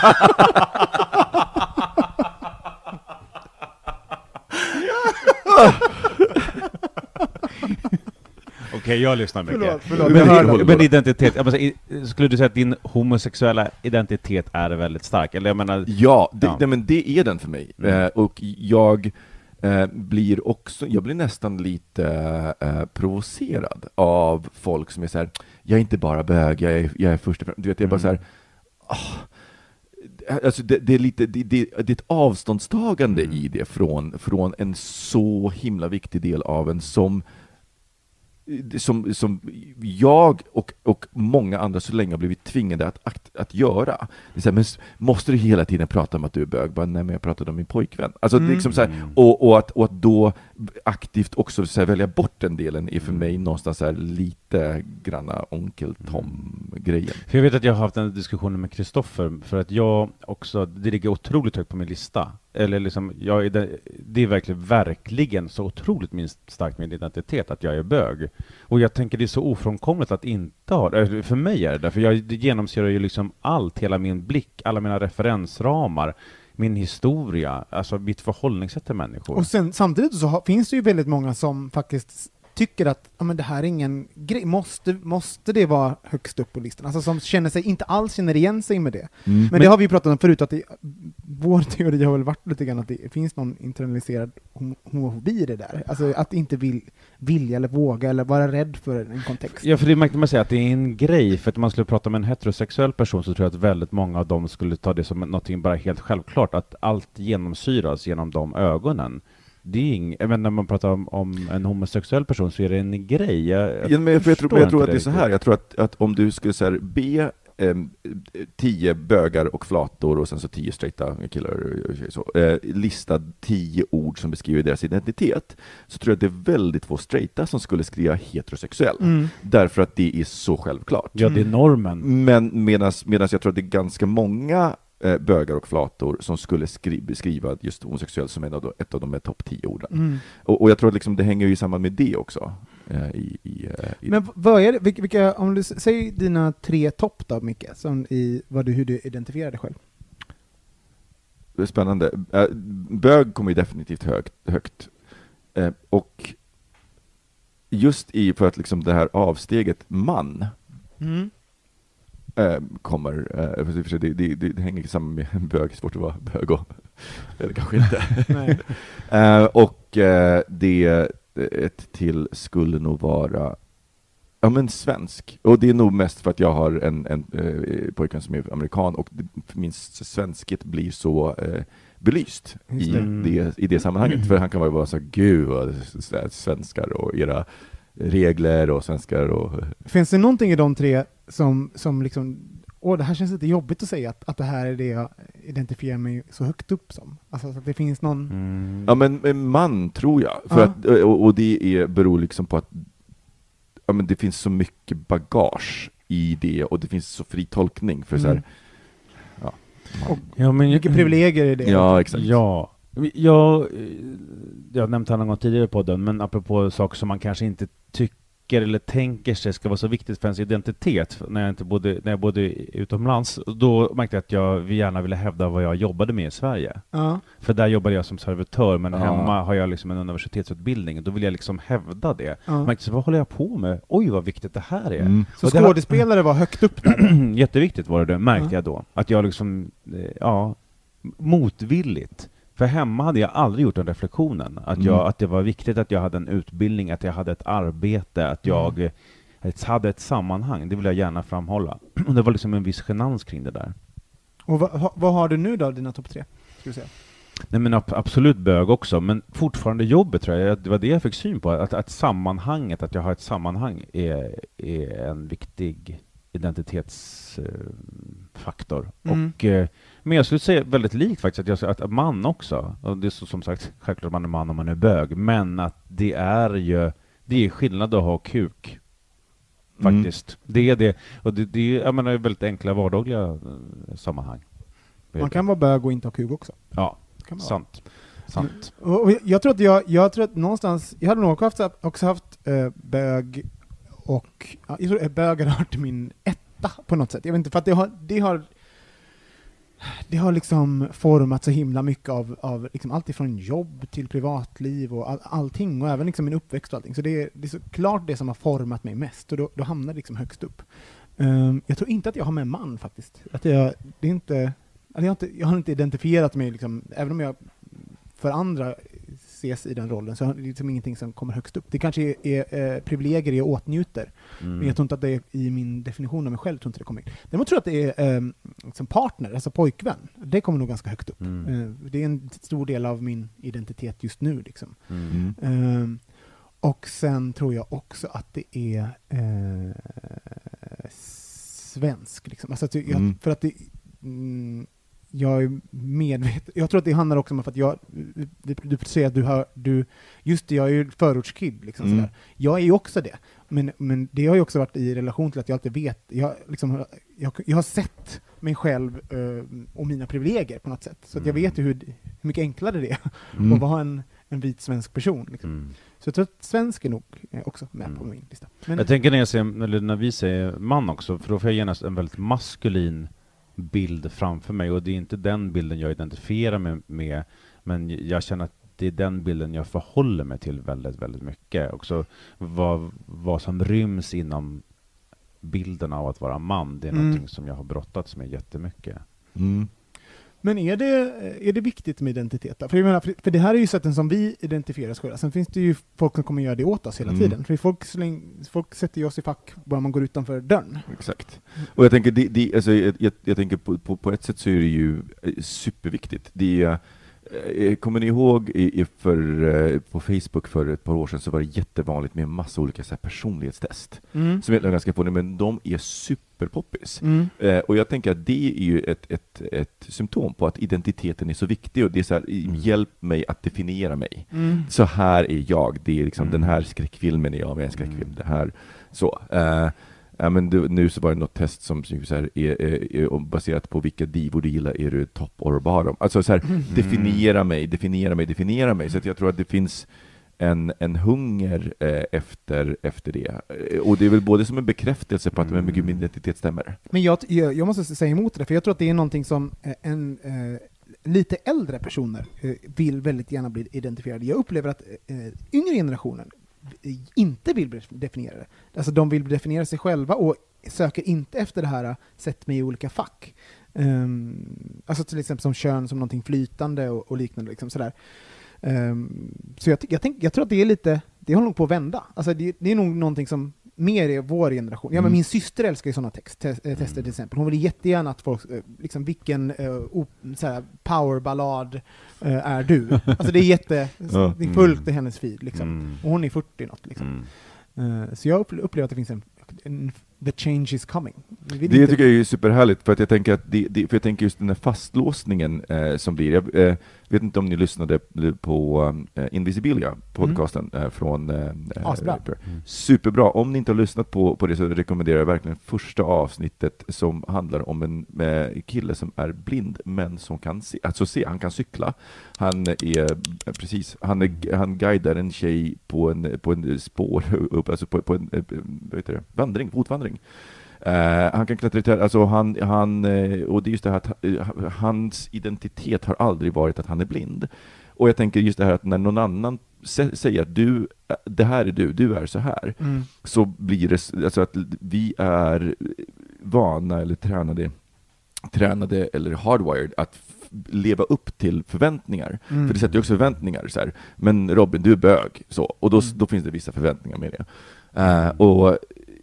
Okej, jag lyssnar mycket. Förlåt. Men identitet, skulle du säga att din homosexuella identitet är väldigt stark? Eller jag menar, men det är den för mig. Och jag blir nästan lite provocerad av folk som är så här, jag är inte bara bög, jag är först och främst, du vet, jag är bara så här, alltså det är lite, det är ett avståndstagande i det från en så himla viktig del av en som jag och många andra så länge har blivit tvingade att göra. Det är så här, men måste du hela tiden prata om att du är bög? Bara, nej, men jag pratade om min pojkvän. Alltså, det är liksom så här, och att då aktivt också så här, välja bort den delen är för mig någonstans så här, lite granna Onkel Tom-grejen. För jag vet att jag har haft en diskussion med Kristoffer, för att jag också, det ligger otroligt högt på min lista. Eller liksom, det är verkligen så otroligt minst starkt min identitet att jag är bög. Och jag tänker det är så ofrånkomligt att inte ha det. För mig är det, för det genomsyrar ju liksom allt, hela min blick, alla mina referensramar, min historia, alltså mitt förhållningssätt till människor. Och sen, samtidigt så finns det ju väldigt många som faktiskt tycker att ja, men det här är ingen grej, måste det vara högst upp på listan? Alltså som inte alls känner igen sig med det. Men det har vi ju pratat om förut, att vår teori har väl varit lite grann att det finns någon internaliserad homofobi i det där. Alltså att inte vilja eller våga eller vara rädd för en kontext. Ja, för det märkte man säga att det är en grej, för att man skulle prata med en heterosexuell person så tror jag att väldigt många av dem skulle ta det som någonting bara helt självklart, att allt genomsyras genom de ögonen. Det är även när man pratar om en homosexuell person så är det en grej. Jag tror att det är så här. Jag tror att om du skulle så här, be 10 bögar och flator och sen så 10 straighta killar så, lista 10 ord som beskriver deras identitet, så tror jag att det är väldigt få straighta som skulle skriva heterosexuell. Därför att det är så självklart. Ja, det är normen. Men medan jag tror att det är ganska många bögar och flator som skulle beskriva just homosexuell som ett av de topp 10 orden. Och jag tror att liksom det hänger ju samman med det också. Men vad är det, vilka, om du säger dina 3 topp då, Micke, som hur du identifierar dig själv? Det är spännande. Bög kommer ju definitivt högt. Och just för att liksom det här avsteget man kommer, det hänger samman med en bög, svårt att vara bög och, eller kanske inte. Och det ett till skulle nog vara svensk, och det är nog mest för att jag har en pojkvän som är amerikan, och min svenskhet blir så belyst i det sammanhanget, för han kan vara så gud svenskar och era regler och svenskar och... Finns det någonting i de 3 som liksom, det här känns lite jobbigt att säga att det här är det jag identifierar mig så högt upp som. Alltså att det finns någon... Ja, men man tror jag. För att, och det beror liksom på att det finns så mycket bagage i det, och det finns så fri tolkning för så här... Och mycket privilegier i det. Ja, exakt. Ja. Jag har nämnt det någon gång tidigare på podden, men apropå saker som man kanske inte tycker eller tänker sig ska vara så viktigt för ens identitet. När jag bodde utomlands, då märkte jag att jag gärna ville hävda vad jag jobbade med i Sverige. För där jobbade jag som servitör, men hemma har jag liksom en universitetsutbildning. Då vill jag liksom hävda det. Jag märkte så, vad håller jag på med? Oj, vad viktigt det här är. Så skådespelare var högt upp där? Jätteviktigt var det, märkte jag då. Att jag liksom, motvilligt. För hemma hade jag aldrig gjort den reflektionen. Att det var viktigt att jag hade en utbildning, att jag hade ett arbete, att jag hade ett sammanhang. Det vill jag gärna framhålla. Och det var liksom en viss genans kring det där. Och vad har du nu då, dina topp 3? Ska du säga? Nej, men absolut bög också. Men fortfarande jobbet tror jag. Det var det jag fick syn på. Att sammanhanget, att jag har ett sammanhang är en viktig identitetsfaktor. Men jag skulle säga väldigt likt faktiskt att man också, och det är så, som sagt självklart man är man om man är bög, men att det är skillnad att ha kuk faktiskt. Det är det, och det är, jag menar, väldigt enkla vardagliga sammanhang. Man kan vara bög och inte ha kuk också. Ja, sant. Och jag tror att någonstans, jag hade nog också haft bög, och jag tror att bög har hört till min etta på något sätt. Jag vet inte, för att det har liksom format så himla mycket av liksom allt ifrån jobb till privatliv och allting, och även liksom min uppväxt och allting. Så det är såklart det som har format mig mest, och då hamnar det liksom högst upp. Jag tror inte att jag har med man faktiskt. Jag har inte identifierat mig liksom, även om jag för andra ses i den rollen, så är det liksom ingenting som kommer högst upp. Det kanske är privilegier jag åtnjuter, men jag tror inte att det är i min definition av mig själv, tror inte det kommer in. Däremot tror jag att det är liksom partner, alltså pojkvän. Det kommer nog ganska högt upp. Det är en stor del av min identitet just nu. Liksom. Och sen tror jag också att det är svensk. Liksom. Alltså för att det... jag är medveten. Jag tror att det handlar också om att du säger att jag är ju förortskid liksom, sådär. Jag är ju också det. Men det har ju också varit i relation till att jag alltid vet, jag har sett mig själv och mina privilegier på något sätt. Så att jag vet ju hur mycket enklare det är att vara en vit svensk person. Liksom. Så jag tror att svensk är nog också med på min lista. Men jag tänker när vi säger man också, för då får jag genast en väldigt maskulin bild framför mig, och det är inte den bilden jag identifierar med, men jag känner att det är den bilden jag förhåller mig till väldigt, väldigt mycket. Också vad som ryms inom bilden av att vara man, det är någonting som jag har brottats med jättemycket. Men är det viktigt med identitet då? För jag menar, för det här är ju sätten som vi identifierar oss själva. Sen finns det ju folk som kommer göra det åt oss hela tiden. För folk sätter ju oss i fack bara man går utanför dörren. Exakt. Och jag tänker, alltså, jag tänker på ett sätt så är det ju superviktigt. Kommer ni ihåg på Facebook för ett par år sedan så var det jättevanligt med en massa olika så här personlighetstest som är ganska få, men de är superpoppis. Och jag tänker att det är ju ett symptom på att identiteten är så viktig, och det är så här, hjälp mig att definiera mig. Så här är jag, det är liksom den här skräckfilmen är jag med en skräckfilm, det här så. Ja, men nu så var det något test som så här, är baserat på vilka divor du gillar, är du top or bottom? Alltså så här, definiera mig. Så att jag tror att det finns en hunger efter det. Och det är väl både som en bekräftelse på att min identitet stämmer. Men jag måste säga emot det, för jag tror att det är någonting som lite äldre personer vill väldigt gärna bli identifierade. Jag upplever att yngre generationen inte vill definiera det. Alltså de vill definiera sig själva och söker inte efter det här sätt mig i olika fack. Alltså till exempel som kön som någonting flytande och liknande liksom sådär. Så jag tror att det är lite, det håller nog på att vända. Alltså det är nog någonting som mer är vår generation. Ja, men min syster älskar ju sådana tester till exempel. Hon vill jättegärna att folk, liksom vilken powerballad är du? Alltså det är det är fullt i hennes feed liksom. Och hon är 40 något liksom. Så jag upplever att det finns en the change is coming. Det tycker jag är superhärligt, för att jag tänker att för jag tänker just den här fastlåsningen som blir. Jag vet inte om ni lyssnade på Invisibilia podcasten från superbra. Om ni inte har lyssnat på det så rekommenderar jag verkligen första avsnittet som handlar om en kille som är blind men som kan se, han kan cykla. Han guidar en tjej på en spår upp, alltså på en fotvandring. Han kan klättra i träd, alltså och det är just det här att hans identitet har aldrig varit att han är blind. Och jag tänker just det här att när någon annan säger att det här är du är så här, så blir det alltså att vi är vana eller tränade eller hardwired att leva upp till förväntningar. För det sätter ju också förväntningar så här. Men Robin, du är bög så, och då finns det vissa förväntningar med det. Och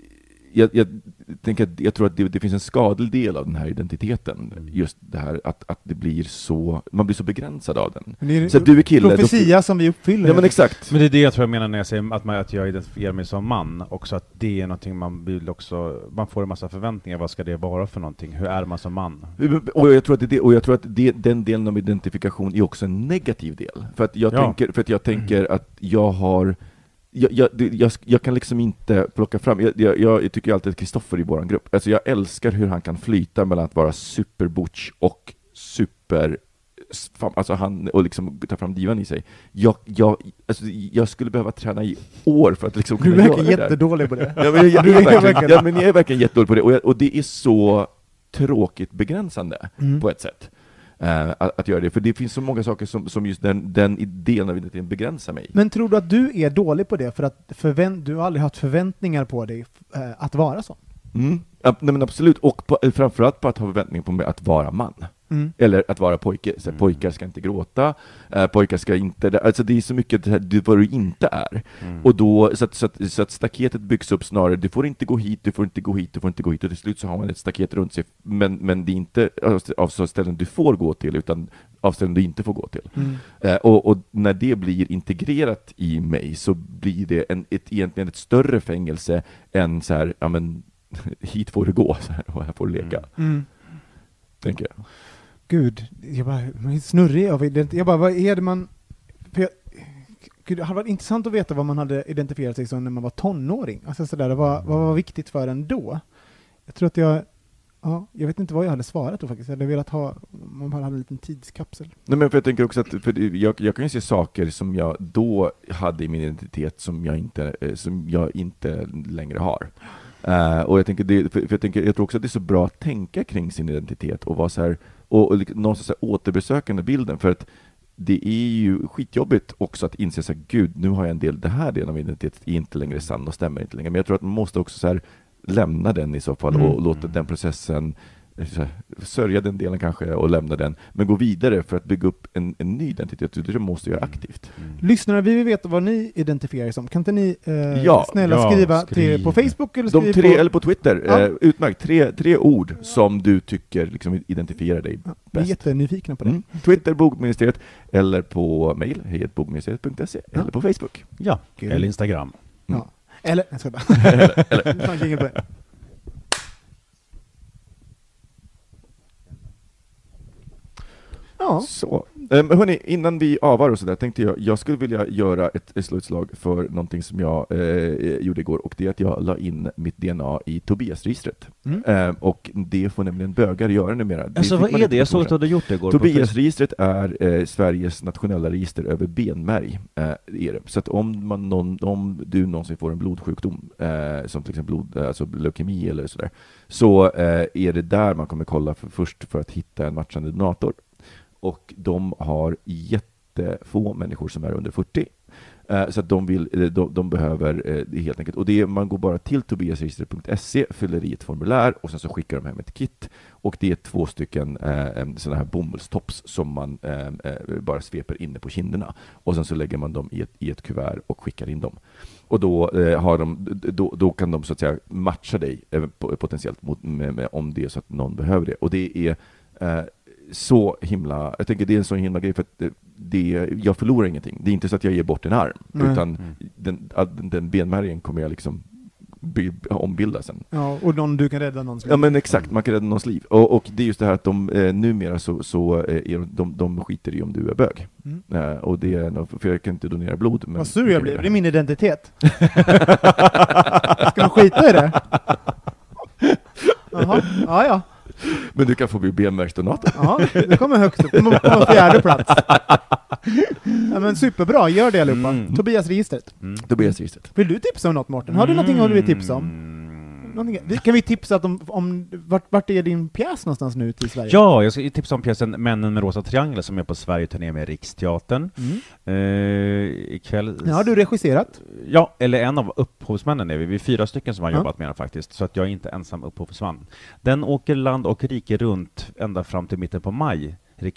jag tror att det finns en skadlig del av den här identiteten, just det här att det blir så, man blir så begränsad av den. Så att du är kille, profetia som vi uppfyller. Ja, men exakt. Men det är det jag tror jag menar när jag säger att jag identifierar mig som man, också att det är någonting man vill också, man får en massa förväntningar, vad ska det vara för någonting? Hur är man som man? Och jag tror att den delen av identifikation är också en negativ del. För att jag tänker att jag har jag kan liksom inte plocka fram. Jag tycker alltid att Kristoffer i vår grupp, alltså jag älskar hur han kan flyta mellan att vara superbutch och super, alltså han, och liksom ta fram divan i sig. Jag skulle behöva träna i år för att liksom kunna göra det. Du är jättedålig på det. Jag är verkligen jättedålig på det, och det är så tråkigt begränsande på ett sätt. Att göra det, för det finns så många saker som just den idén av identiteten begränsar mig. Men tror du att du är dålig på det för att du har aldrig haft förväntningar på dig att vara så? Nej, men absolut, och framförallt på att ha förväntningar på mig att vara man. Eller att vara pojke. Så pojkar ska inte gråta, pojkar ska inte, alltså det är så mycket vad du inte är. Och då så att staketet byggs upp snarare, du får inte gå hit, du får inte gå hit, du får inte gå hit, och till slut så har man ett staket runt sig, men det är inte av så ställen du får gå till, utan av ställen du inte får gå till. Och när det blir integrerat i mig så blir det egentligen ett större fängelse än så här, ja men hit får du gå så här, och här får du leka. Tänker jag. Gud, man är snurrig av identitet. Vad är det man... Gud, det hade varit intressant att veta vad man hade identifierat sig som när man var tonåring. Alltså sådär, vad var viktigt för en då? Jag tror att jag vet inte vad jag hade svarat då faktiskt. Jag hade velat ha, man hade en liten tidskapsel. Nej, men för jag tänker också att jag kan ju se saker som jag då hade i min identitet som jag inte längre har. Och jag tänker, jag tror också att det är så bra att tänka kring sin identitet och vara så här, och någonstans så här återbesökande bilden, för att det är ju skitjobbigt också att inse så här, gud, nu har jag en del, det här delen av identitet är inte längre sann och stämmer inte längre. Men jag tror att man måste också så här lämna den i så fall och låta den processen, sörja den delen kanske och lämna den, men gå vidare för att bygga upp en ny identitet. Det måste göra aktivt. Lyssnare, vi vill veta vad ni identifierar som. Kan inte ni snälla skriva till, på Facebook eller eller på Twitter? Utmärkt. Tre ord som du tycker liksom identifierar dig bäst. Vi är jättenyfikna på det. Twitter, Bogministeriet, eller på mail, hejbogministeriet.se, eller på Facebook. Ja, eller Instagram. Ja. Eller, jag ska bara. eller. Ja. Så. Hörrni, innan vi avar och så där tänkte jag skulle vilja göra ett slutslag för någonting som jag gjorde igår, och det är att jag la in mitt DNA i Tobias-registret. Och det får nämligen bögar göra numera. Alltså vad är det? Jag såg att du hade gjort det igår. Tobias-registret är Sveriges nationella register över benmärg. Är det. Så att om du någonsin får en blodsjukdom, som till exempel alltså leukemi eller sådär, så är det där man kommer kolla först för att hitta en matchande donator. Och de har jättefå människor som är under 40. Så att de behöver helt enkelt. Och man går bara till tobiasregister.se, fyller i ett formulär och sen så skickar de hem ett kit. Och det är 2 stycken sådana här bomullstops som man bara sveper inne på kinderna. Och sen så lägger man dem i ett kuvert och skickar in dem. Och då kan de så att säga matcha dig potentiellt om det är så att någon behöver det. Och det är så himla, jag tänker det är en så himla grej, för att jag förlorar ingenting. Det är inte så att jag ger bort en arm, utan den benmärgen kommer jag liksom ombilda sen. Ja, och du kan rädda någons liv. Ja, men exakt, man kan rädda någons liv. Och det är just det här att de numera de skiter i om du är bög. Och det är, för jag kan inte donera blod. Men vad sur jag blir, det är min identitet. Ska de skita i det? Jaha, ja. Men du kan få bli benmärgsdonator. Ja, det kommer högst upp. Det kommer på 4:e plats. Ja, men superbra, gör det allihopa. Tobias-registret. Tobias-registret. Vill du tipsa om något, Mårten? Har du någonting du vill tipsa om? Kan vi tipsa om vart är din pjäs någonstans nu till Sverige? Ja, jag ska tipsa om pjäsen Männen med rosa triangel som är på Sverige-turné med Riksteatern. Ikväll. Ja, har du regisserat? Ja, eller en av upphovsmännen är vi. Vi är 4 stycken som har jobbat med den faktiskt, så att jag är inte ensam upphovsman. Den åker land och rike runt ända fram till mitten på maj.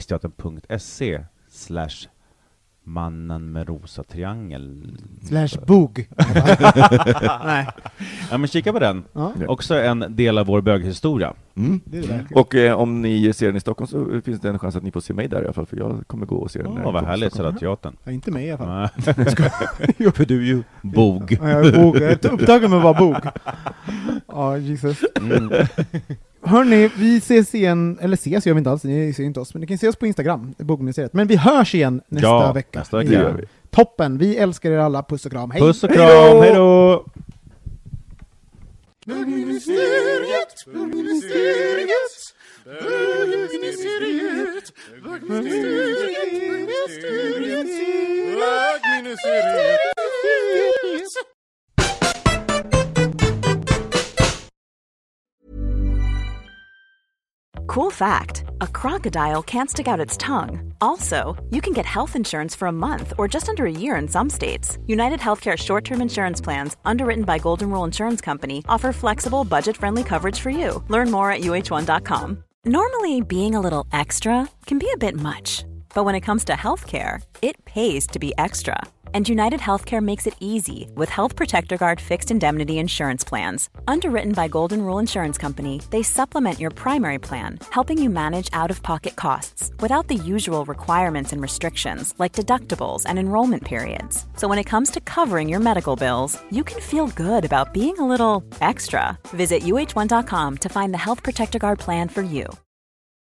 Riksteatern.se/mannen med rosa triangel /bog. Nej. Ja, men kika på den. Ja. Också en del av vår böghistoria. Det är det. Och om ni ser den i Stockholm så finns det en chans att ni får se mig där i alla fall, för jag kommer gå och se den. Ja, vad härligt, Södra Teatern. Ja, inte mig i alla fall. För du är ju bog. Ja, jag är bog. Jag är upptagen med att vara bog. Ja, Jesus. Hörrni, vi ses igen, eller ses gör vi inte alls, ni ser inte oss, men ni kan se oss på Instagram, Bogministeriet. Men vi hörs igen nästa vecka. Nästa vecka gör vi. Toppen, vi älskar er alla, puss och kram, hej! Puss och kram, hej då! Bögministeriet, Bögministeriet, Bögministeriet, Bögministeriet, Bögministeriet. Cool fact, a crocodile can't stick out its tongue. Also, you can get health insurance for a month or just under a year in some states. United Healthcare short-term insurance plans, underwritten by Golden Rule Insurance Company, offer flexible, budget-friendly coverage for you. Learn more at UH1.com. Normally, being a little extra can be a bit much. But when it comes to healthcare, it pays to be extra. And United Healthcare makes it easy with Health Protector Guard fixed indemnity insurance plans. Underwritten by Golden Rule Insurance Company, they supplement your primary plan, helping you manage out-of-pocket costs without the usual requirements and restrictions like deductibles and enrollment periods. So when it comes to covering your medical bills, you can feel good about being a little extra. Visit UH1.com to find the Health Protector Guard plan for you.